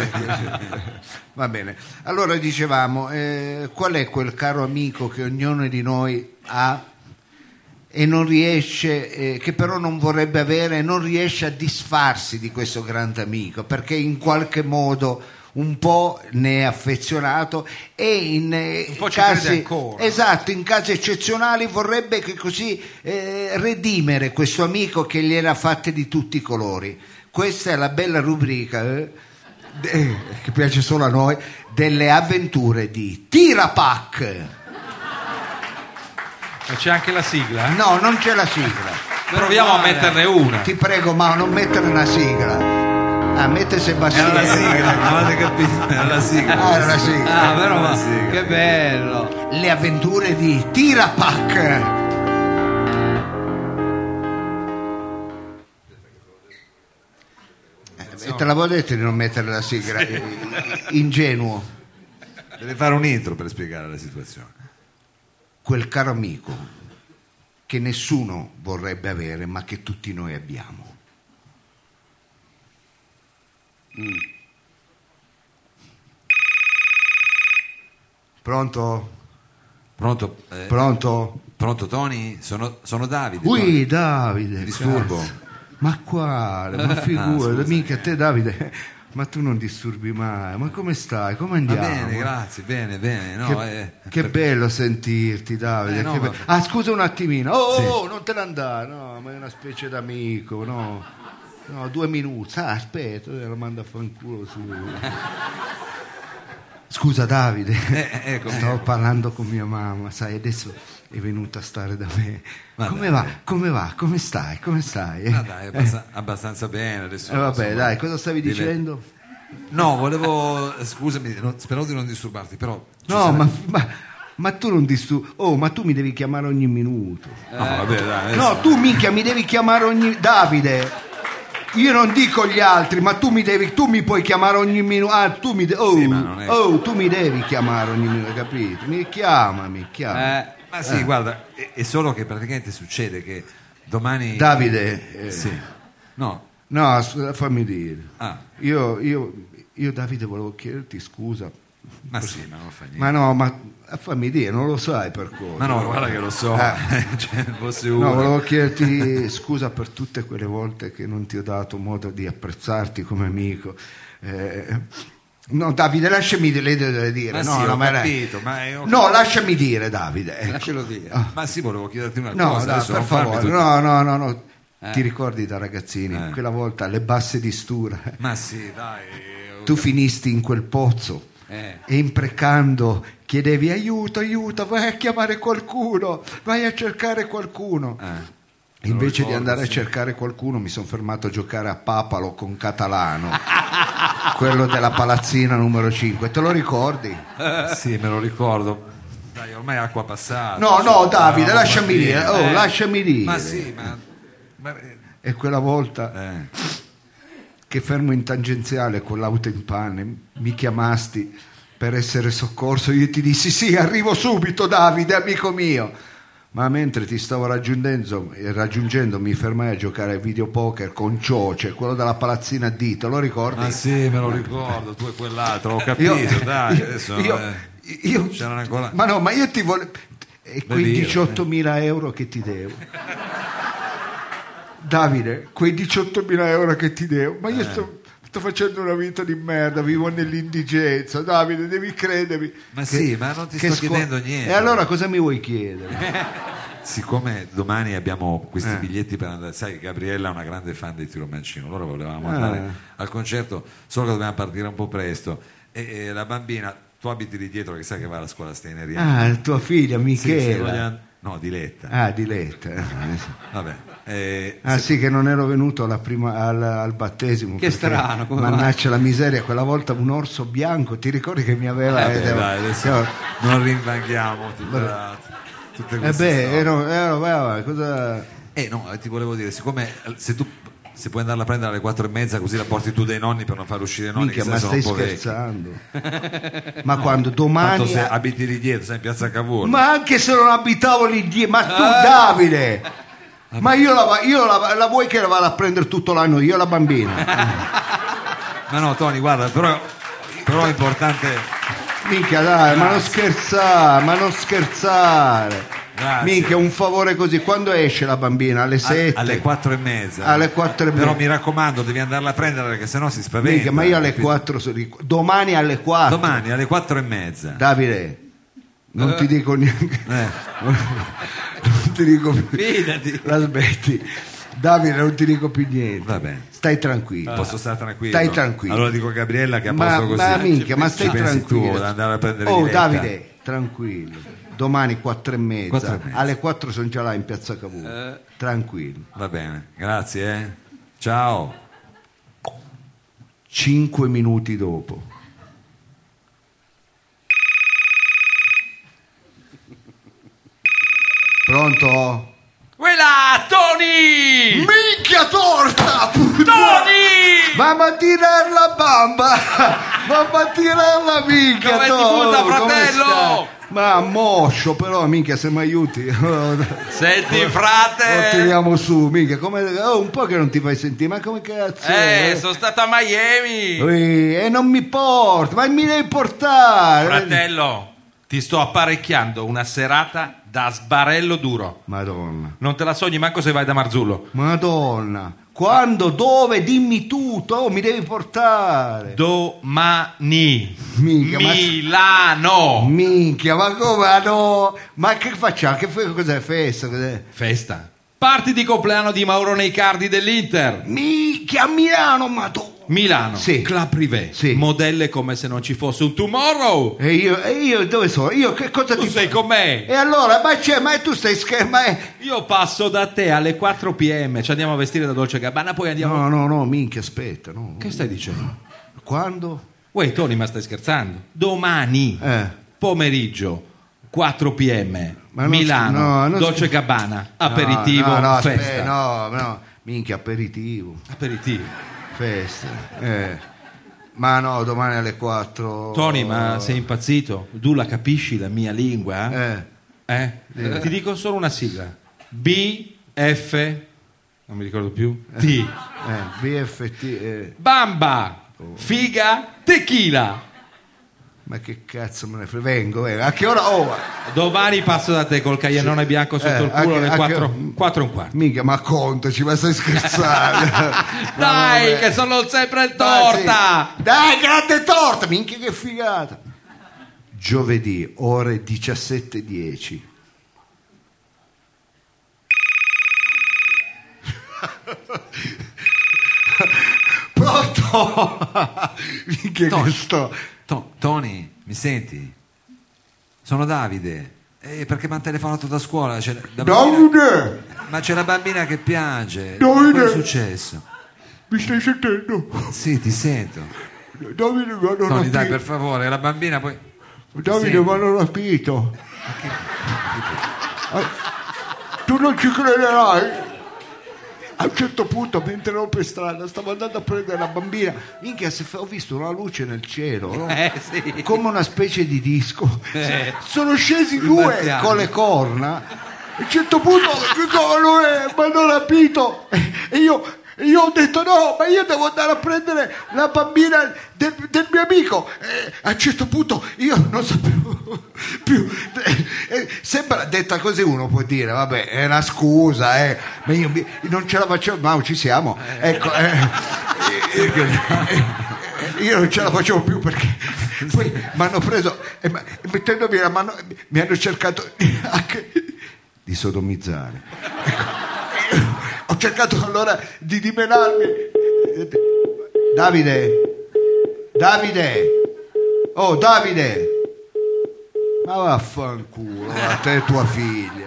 Va bene. Allora dicevamo, qual è quel caro amico che ognuno di noi ha e non riesce, che però non vorrebbe avere, e non riesce a disfarsi di questo grande amico perché in qualche modo un po' ne è affezionato e in po' ci casi, crede ancora. esatto, in casi eccezionali vorrebbe che così redimere questo amico che gliene ha fatte di tutti i colori. Questa è la bella rubrica che piace solo a noi, delle avventure di Tirapac. Ma c'è anche la sigla? No, non c'è la sigla. Proviamo a metterne una. Ti prego, ma non mettere una sigla. Mette Sebastiano. Era la sigla, non avete capito? Era la sigla. Era la sigla. Ah, però La ma sigla. che bello. Le avventure di Tirapac. E te l'avevo detto di non mettere la sigla. Ingenuo. Deve fare un intro per spiegare la situazione. Quel caro amico che nessuno vorrebbe avere, ma che tutti noi abbiamo. Pronto? Pronto? Pronto? Pronto Tony? Sono Davide. Tony. Ui, Davide. Ti disturbo? cazzo. Ma quale? Ma figurati, mica te Davide. Ma tu non disturbi mai. Ma come stai? Come Va andiamo? bene, grazie, bene. No, Che bello sentirti, Davide. no, che ma- Ah, scusa un attimino. Oh, Sì. oh, non te ne andare. No, ma è una specie d'amico. No, 2 minuti. Aspetta, lo mando a fanculo su. Scusa, Davide. ecco. Stavo parlando con mia mamma, sai, adesso è venuta a stare da me. Ma Come dai. va? Come va? Come stai? Come stai? Ah, dai, abbastanza bene adesso. Vabbè, insomma. dai, cosa stavi Deve- dicendo? No, volevo. Scusami, spero di non disturbarti, però. ci No, sarà- ma tu non disturbi. Oh, ma tu mi devi chiamare ogni minuto. No, vabbè, dai. No, adesso- tu minchia mi devi chiamare ogni. Davide, io non dico gli altri, ma tu mi puoi chiamare ogni minuto. Ah, tu mi Sì, ma non è- tu mi devi chiamare ogni minuto, capito? Chiamami. Ma sì, guarda, è solo che praticamente succede che domani. Davide, Sì. No. no, fammi dire. Ah, Io Davide volevo chiederti scusa. ma sì, ma non fa niente. Ma no, ma fammi dire, non lo sai per cosa. Ma no, guarda che lo so. Cioè, fosse No, uno. volevo chiederti scusa per tutte quelle volte che non ti ho dato modo di apprezzarti come amico. No, Davide, lasciami dire, lei deve dire. Ma no, sì, no, ho ma capito, ma è- no, lasciami dire, Davide. ecco. Lascialo dire. Ma sì, volevo chiederti una No, cosa. dai, adesso per non farmi favore. tutto- No. Ti ricordi da ragazzini, Eh. quella volta alle basse di Stura, Ma sì, dai. tu finisti in quel pozzo e imprecando chiedevi aiuto, vai a chiamare qualcuno, vai a cercare qualcuno. Invece di andare a cercare qualcuno mi sono fermato a giocare a Papalo con Catalano, quello della palazzina numero 5, te lo ricordi? Sì, me lo ricordo. Dai, ormai è acqua passata. No, Davide, No, lasciami va dire, bene. lasciami dire. Ma sì, ma E quella volta che fermo in tangenziale con l'auto in panne mi chiamasti per essere soccorso, io ti dissi sì, arrivo subito Davide, amico mio, ma mentre ti stavo raggiungendo mi fermai a giocare a videopoker con Cioce, quello della palazzina a dito, lo ricordi? Ah sì, me lo ricordo, tu e quell'altro, ho capito, dai, adesso c'erano ancora... Ma no, ma io ti volevo... E quei 18.000 euro che ti devo, Davide, quei 18.000 euro che ti devo, ma io sto facendo una vita di merda, vivo nell'indigenza, Davide, devi credermi. Ma sì, ma non ti sto chiedendo niente. E allora cosa mi vuoi chiedere? Siccome domani abbiamo questi biglietti per andare, sai, Gabriella è una grande fan di Tiro Mancino, allora volevamo andare al concerto, solo che dobbiamo partire un po' presto e la bambina, tu abiti lì dietro che sai che va alla scuola Steineria. Ah, tua figlia Michela. Sì, no, Diletta. Ah, Diletta. Vabbè. Sì, che non ero venuto al battesimo. Che strano. Mannaggia la miseria, quella volta un orso bianco, ti ricordi che mi aveva... dai, adesso non rinvanghiamo tutte queste storie. Cosa... No, ti volevo dire, siccome se puoi andarla a prendere alle 4:30 così la porti tu dai nonni per non far uscire i nonni. Minchia, che ma sono stai un po' scherzando? Ma quando domani... Tanto se abiti lì dietro, sei in piazza Cavour. Ma anche se non abitavo lì dietro, ma tu Davide, ma io la vuoi che la vada a prendere tutto l'anno io la bambina? Ma no Tony, guarda, però è importante. Minchia dai, ma non scherzare. Grazie. Minchia, un favore così, quando esce la bambina? Alle 7? Alle 4:30. Alle 4:30. Però mi raccomando, devi andarla a prendere perché sennò si spaventa. Minchia, ma io alle 4 domani alle 4. Domani alle 4:30. Davide, non ti dico niente. Non ti dico più. Fidati. La smetti. Davide, non ti dico più niente. Va bene. Stai tranquillo. Posso stare tranquillo? Stai tranquillo. Allora dico a Gabriella che a posto così. Ma minchia, ma stai Ci pensi tranquillo. tu ad andare a prendere Oh Diletta? Davide, tranquillo. Domani 4:30. Alle 4 sono già là in piazza Cavour. Tranquillo. Va bene, grazie. Ciao. 5 minuti dopo. Pronto? Quella, Tony! Minchia torta! Tony! Mamma a tirare la bamba! Mamma a tirare la minchia! Dove ti butta, fratello? Ma moscio, però minchia, se mi aiuti. Senti, Lo frate! tiriamo su, minchia, un po' che non ti fai sentire, ma come cazzo? Sono stato a Miami! E non mi porti, ma mi devi portare! Fratello, ti sto apparecchiando una serata da sbarello duro. Madonna. Non te la sogni manco se vai da Marzullo. Madonna. Quando? Dove? Dimmi tutto, mi devi portare. Domani. Minchia, Milano. Minchia, ma come no? Ma che facciamo? Cos'è? Festa? Cos'è? Festa. Party di compleanno di Mauro Icardi dell'Inter. Minchia, a Milano, madonna. Milano, sì. Club privé, sì. Modelle come se non ci fosse un tomorrow. E io dove sono? Io che cosa Tu sei con me. E allora, ma tu stai scherzando? Io passo da te alle 4 p.m. Ci andiamo a vestire da Dolce Gabbana, poi andiamo... No, minchia, aspetta. No. Che stai dicendo? Quando? Uè, Tony, ma stai scherzando? Domani, pomeriggio, 4 p.m. Milano, Dolce Gabbana, aperitivo, festa. No, minchia, aperitivo. Festa. Ma no, domani alle 4. Tony, ma sei impazzito? Tu la capisci la mia lingua? Ti dico solo una sigla. BF, non mi ricordo più. T. BFT. Bamba, figa, tequila. Ma che cazzo me ne frega? Vengo. A che ora? Domani passo da te col caiennone bianco sotto il culo alle 4:15. Minchia, ma contaci, ma stai scherzando? Dai, che sono sempre il torta! Dai, grande torta! Minchia, che figata! Giovedì, ore 17:10. Pronto? Minchia, che sto... Tony, mi senti? Sono Davide. Perché mi hanno telefonato da scuola. Davide! Ma c'è la bambina che piange. Davide! Cosa è successo? Mi stai sentendo? Sì, ti sento. Davide, mi hanno Tony, rapito. dai, per favore, la bambina poi... Davide, mi hanno rapito. Tu non ci crederai. A un certo punto, mentre ero per strada, stavo andando a prendere la bambina, minchia, ho visto una luce nel cielo, no? Sì. Come una specie di disco. Sono scesi due marziani. con le corna. A un certo punto mi hanno rapito e io ho detto no, ma io devo andare a prendere la bambina del mio amico. A un certo punto io non sapevo più. Sembra, detta così uno può dire, vabbè, è una scusa, ma io non ce la facevo, ma ci siamo. Ecco, io non ce la facevo più perché poi mi hanno preso e mettendomi la mano mi hanno cercato anche di sodomizzare. Ho cercato allora di dimenarmi. Davide, oh Davide, ma vaffanculo, a te e tua figlia.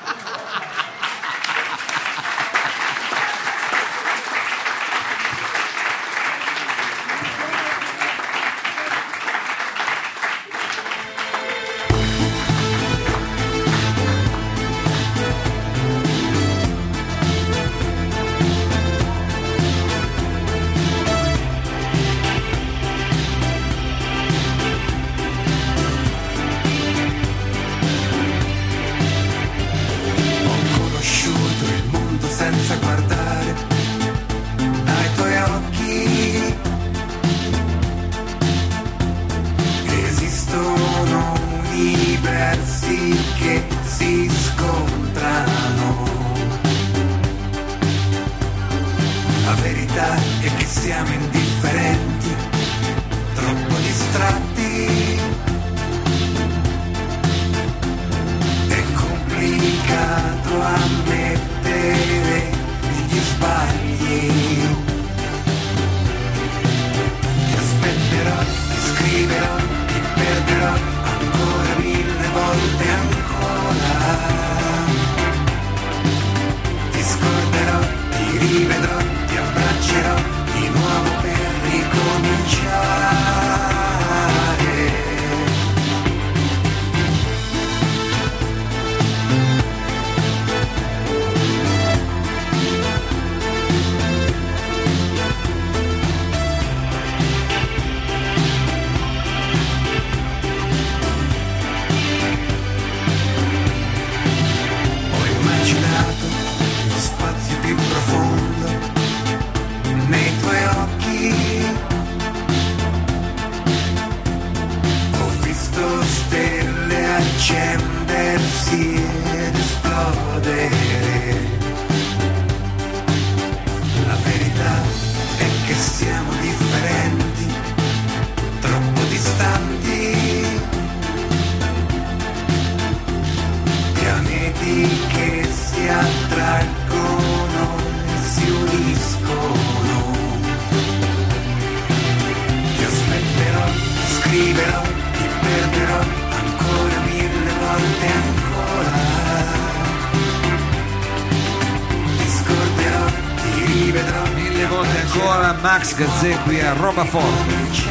Senza guardare ai tuoi occhi, esistono universi che si scontrano. La verità è che siamo indifferenti, troppo distratti. È complicato ammettere gli sbagli. Ti aspetterò, ti scriverò, ti perderò ancora 1000 volte ancora. Ti scorderò, ti rivedrò, ti abbraccerò di nuovo per ricominciare. Lo spazio più profondo nei tuoi occhi, ho visto stelle accendersi ed esplodere. La verità è che siamo differenti, troppo distanti. Pianeti che si attraggono e si uniscono. Ti aspetterò, ti scriverò, ti perderò ancora 1000 volte ancora. Ti scorderò, ti rivedrò 1000 volte ancora. Max Gazzè qui a Roba Forte.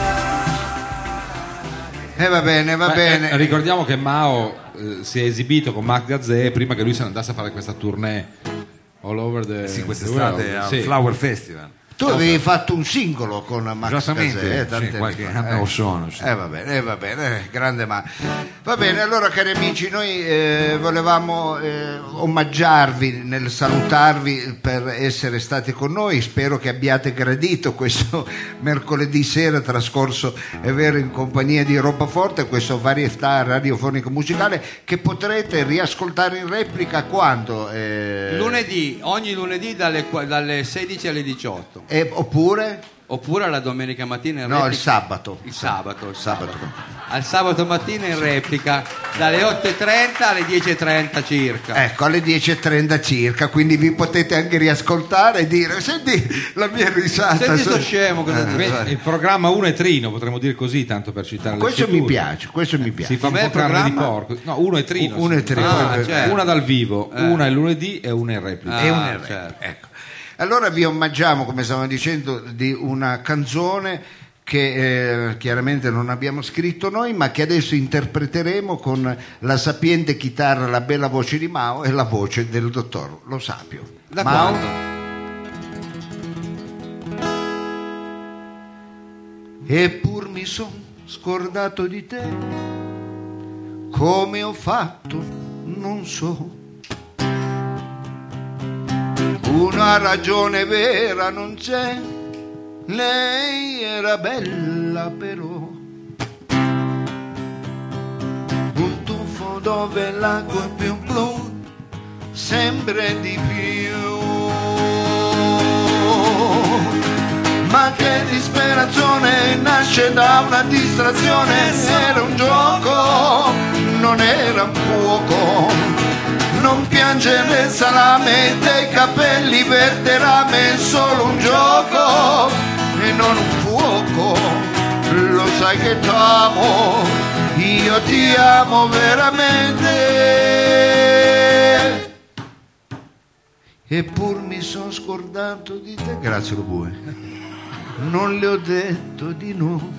Va bene. Ricordiamo che Mao si è esibito con Max Gazzè prima che lui se ne andasse a fare questa tournée all over the Sì, quest'estate world. al Sì. Flower Festival. Tu avevi fatto un singolo con Max Esattamente, Gazzè, sì, tanti anni qualche fa. anno sono, sì. Va bene, grande ma. Va bene, allora cari amici, noi volevamo omaggiarvi nel salutarvi per essere stati con noi. Spero che abbiate gradito questo mercoledì sera trascorso, è vero, in compagnia di Roba Forte, questo varietà radiofonico musicale che potrete riascoltare in replica quando? Ogni lunedì dalle 16 alle 18. Oppure la domenica mattina in no, replica. il sabato. Il sabato. Al sabato mattina in replica dalle 8:30 alle 10:30 circa. Ecco, alle 10:30 circa, quindi vi potete anche riascoltare e dire: senti la mia risata. Senti sto scemo cosa dice. Il programma Uno e Trino, potremmo dire così, tanto per citare le Questo sue mi tour. piace. Si fa un Com'è po' il carne di programma? porco. No, Uno e Trino. Uno e Trino. Certo. Una dal vivo, una il lunedì e una in replica. E un R. certo. Ecco. Allora vi omaggiamo, come stavamo dicendo, di una canzone che chiaramente non abbiamo scritto noi, ma che adesso interpreteremo con la sapiente chitarra, la bella voce di Mao e la voce del dottor Lo Sapio. Da Mao? quando? Eppur mi son scordato di te, come ho fatto non so. Una ragione vera non c'è, lei era bella però. Un tuffo dove l'acqua è più blu, sempre di più. Ma che disperazione nasce da una distrazione, era un gioco, non era un fuoco. Non piangere salame dei capelli verde rame, è solo un gioco e non un fuoco. Lo sai che t'amo, io ti amo veramente. Eppur mi son scordato di te. Grazie Lobue. Non le ho detto di no.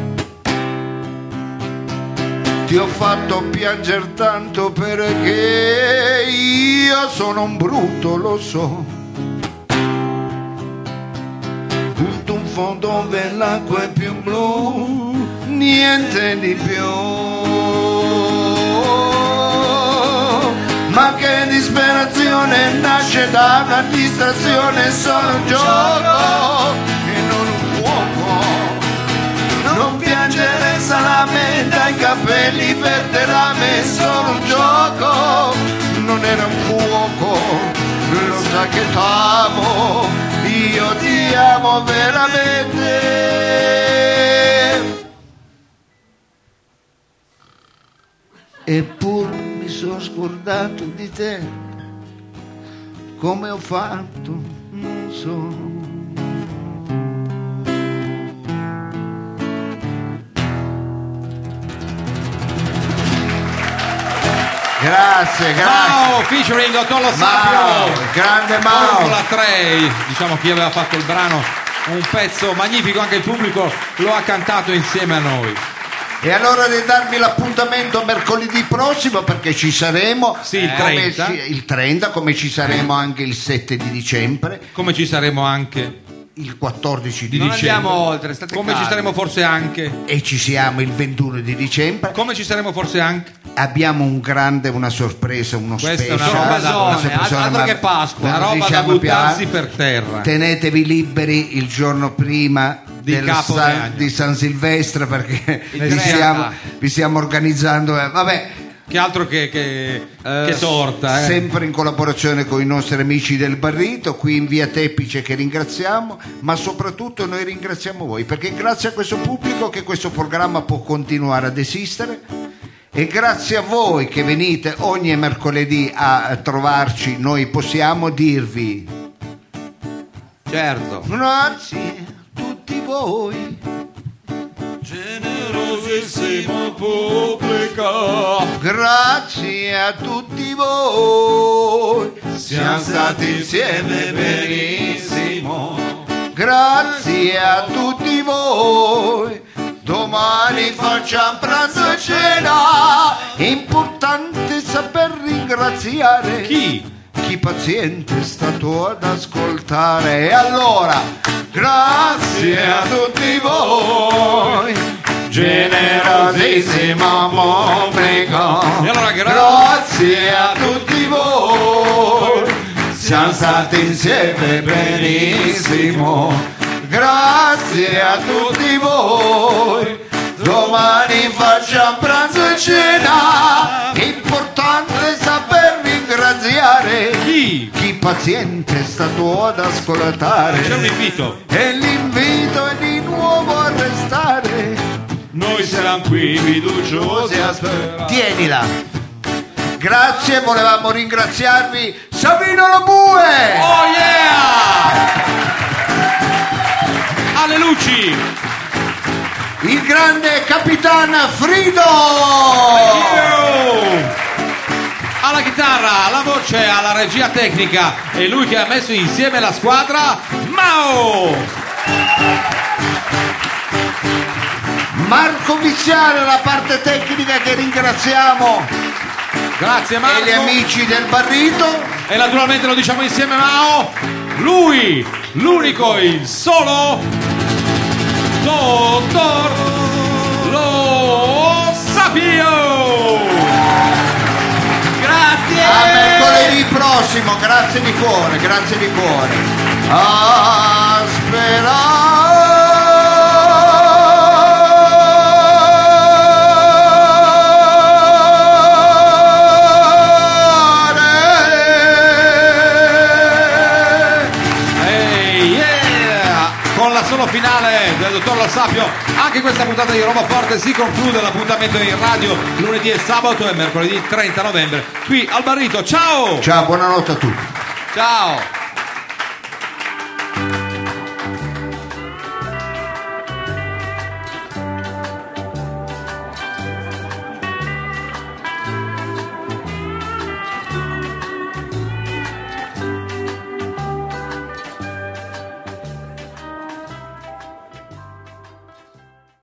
Ti ho fatto piangere tanto perché io sono un brutto, lo so. Un tuffo dove l'acqua è più blu, niente di più. Ma che disperazione nasce da una distrazione, solo un gioco e non un fuoco. Non piangere salame dai capelli verde rame, è solo un gioco, non era un fuoco. Lo sai che t'amo, io ti amo veramente. Eppur mi sono scordato di te, come ho fatto non so. Grazie, grazie. Mao featuring Ottolo Sapio, grande Mao. Formula 3, diciamo chi aveva fatto il brano, un pezzo magnifico, anche il pubblico lo ha cantato insieme a noi. E allora di darmi l'appuntamento mercoledì prossimo, perché ci saremo, sì, il 30. Il 30, come ci saremo anche il 7 di dicembre, come ci saremo anche il 14 di non dicembre, andiamo oltre, state come calmi. ci saremo forse anche, e ci siamo il 21 di dicembre, come ci saremo forse anche. Abbiamo una sorpresa, uno Questa è special, una roba da- una sorpresona, altro ma che Pasqua, ve lo Una roba da diciamo buttarsi piano. per terra. Tenetevi liberi il giorno prima Di Capodanno. di San Silvestre, perché Il vi 30. stiamo organizzando, vabbè, Che altro che torta, sempre in collaborazione con i nostri amici del Barrito qui in via Tepice, che ringraziamo, ma soprattutto noi ringraziamo voi, perché grazie a questo pubblico che questo programma può continuare ad esistere, e grazie a voi che venite ogni mercoledì a trovarci noi possiamo dirvi Certo. grazie a tutti voi. generosissimo pubblico, Grazie a tutti voi, siamo stati insieme benissimo. grazie a tutti voi. Domani facciamo pranzo e cena, è importante saper ringraziare Chi? chi paziente è stato ad ascoltare. E allora, grazie a tutti voi, generosissimo pubblico. E allora Grazie a tutti voi, siamo stati insieme benissimo. Grazie a tutti voi, domani facciamo pranzo e cena, è importante saper ringraziare Chi? chi paziente è stato ad ascoltare. C'è un invito. E l'invito è di nuovo a restare. Noi siamo qui fiduciosi a sperare. Tienila. Grazie, volevamo ringraziarvi Savino Lobue. Oh yeah! Alle luci! Il grande Capitan Frido. Alla chitarra, alla voce, alla regia tecnica, e lui che ha messo insieme la squadra, Mao! Marco Viziale, la parte tecnica, che ringraziamo, Grazie e Marco. gli amici del Barrito. E naturalmente lo diciamo insieme, Mao, lui, l'unico, il solo dottor Lo Sapio. Grazie. A mercoledì prossimo, grazie di cuore, grazie di cuore. A Solo finale del dottor Lo Sapio. Anche questa puntata di Roba Forte si conclude. L'appuntamento in radio lunedì e sabato e mercoledì 30 novembre qui al Barrito. Ciao! Ciao, buonanotte a tutti. Ciao!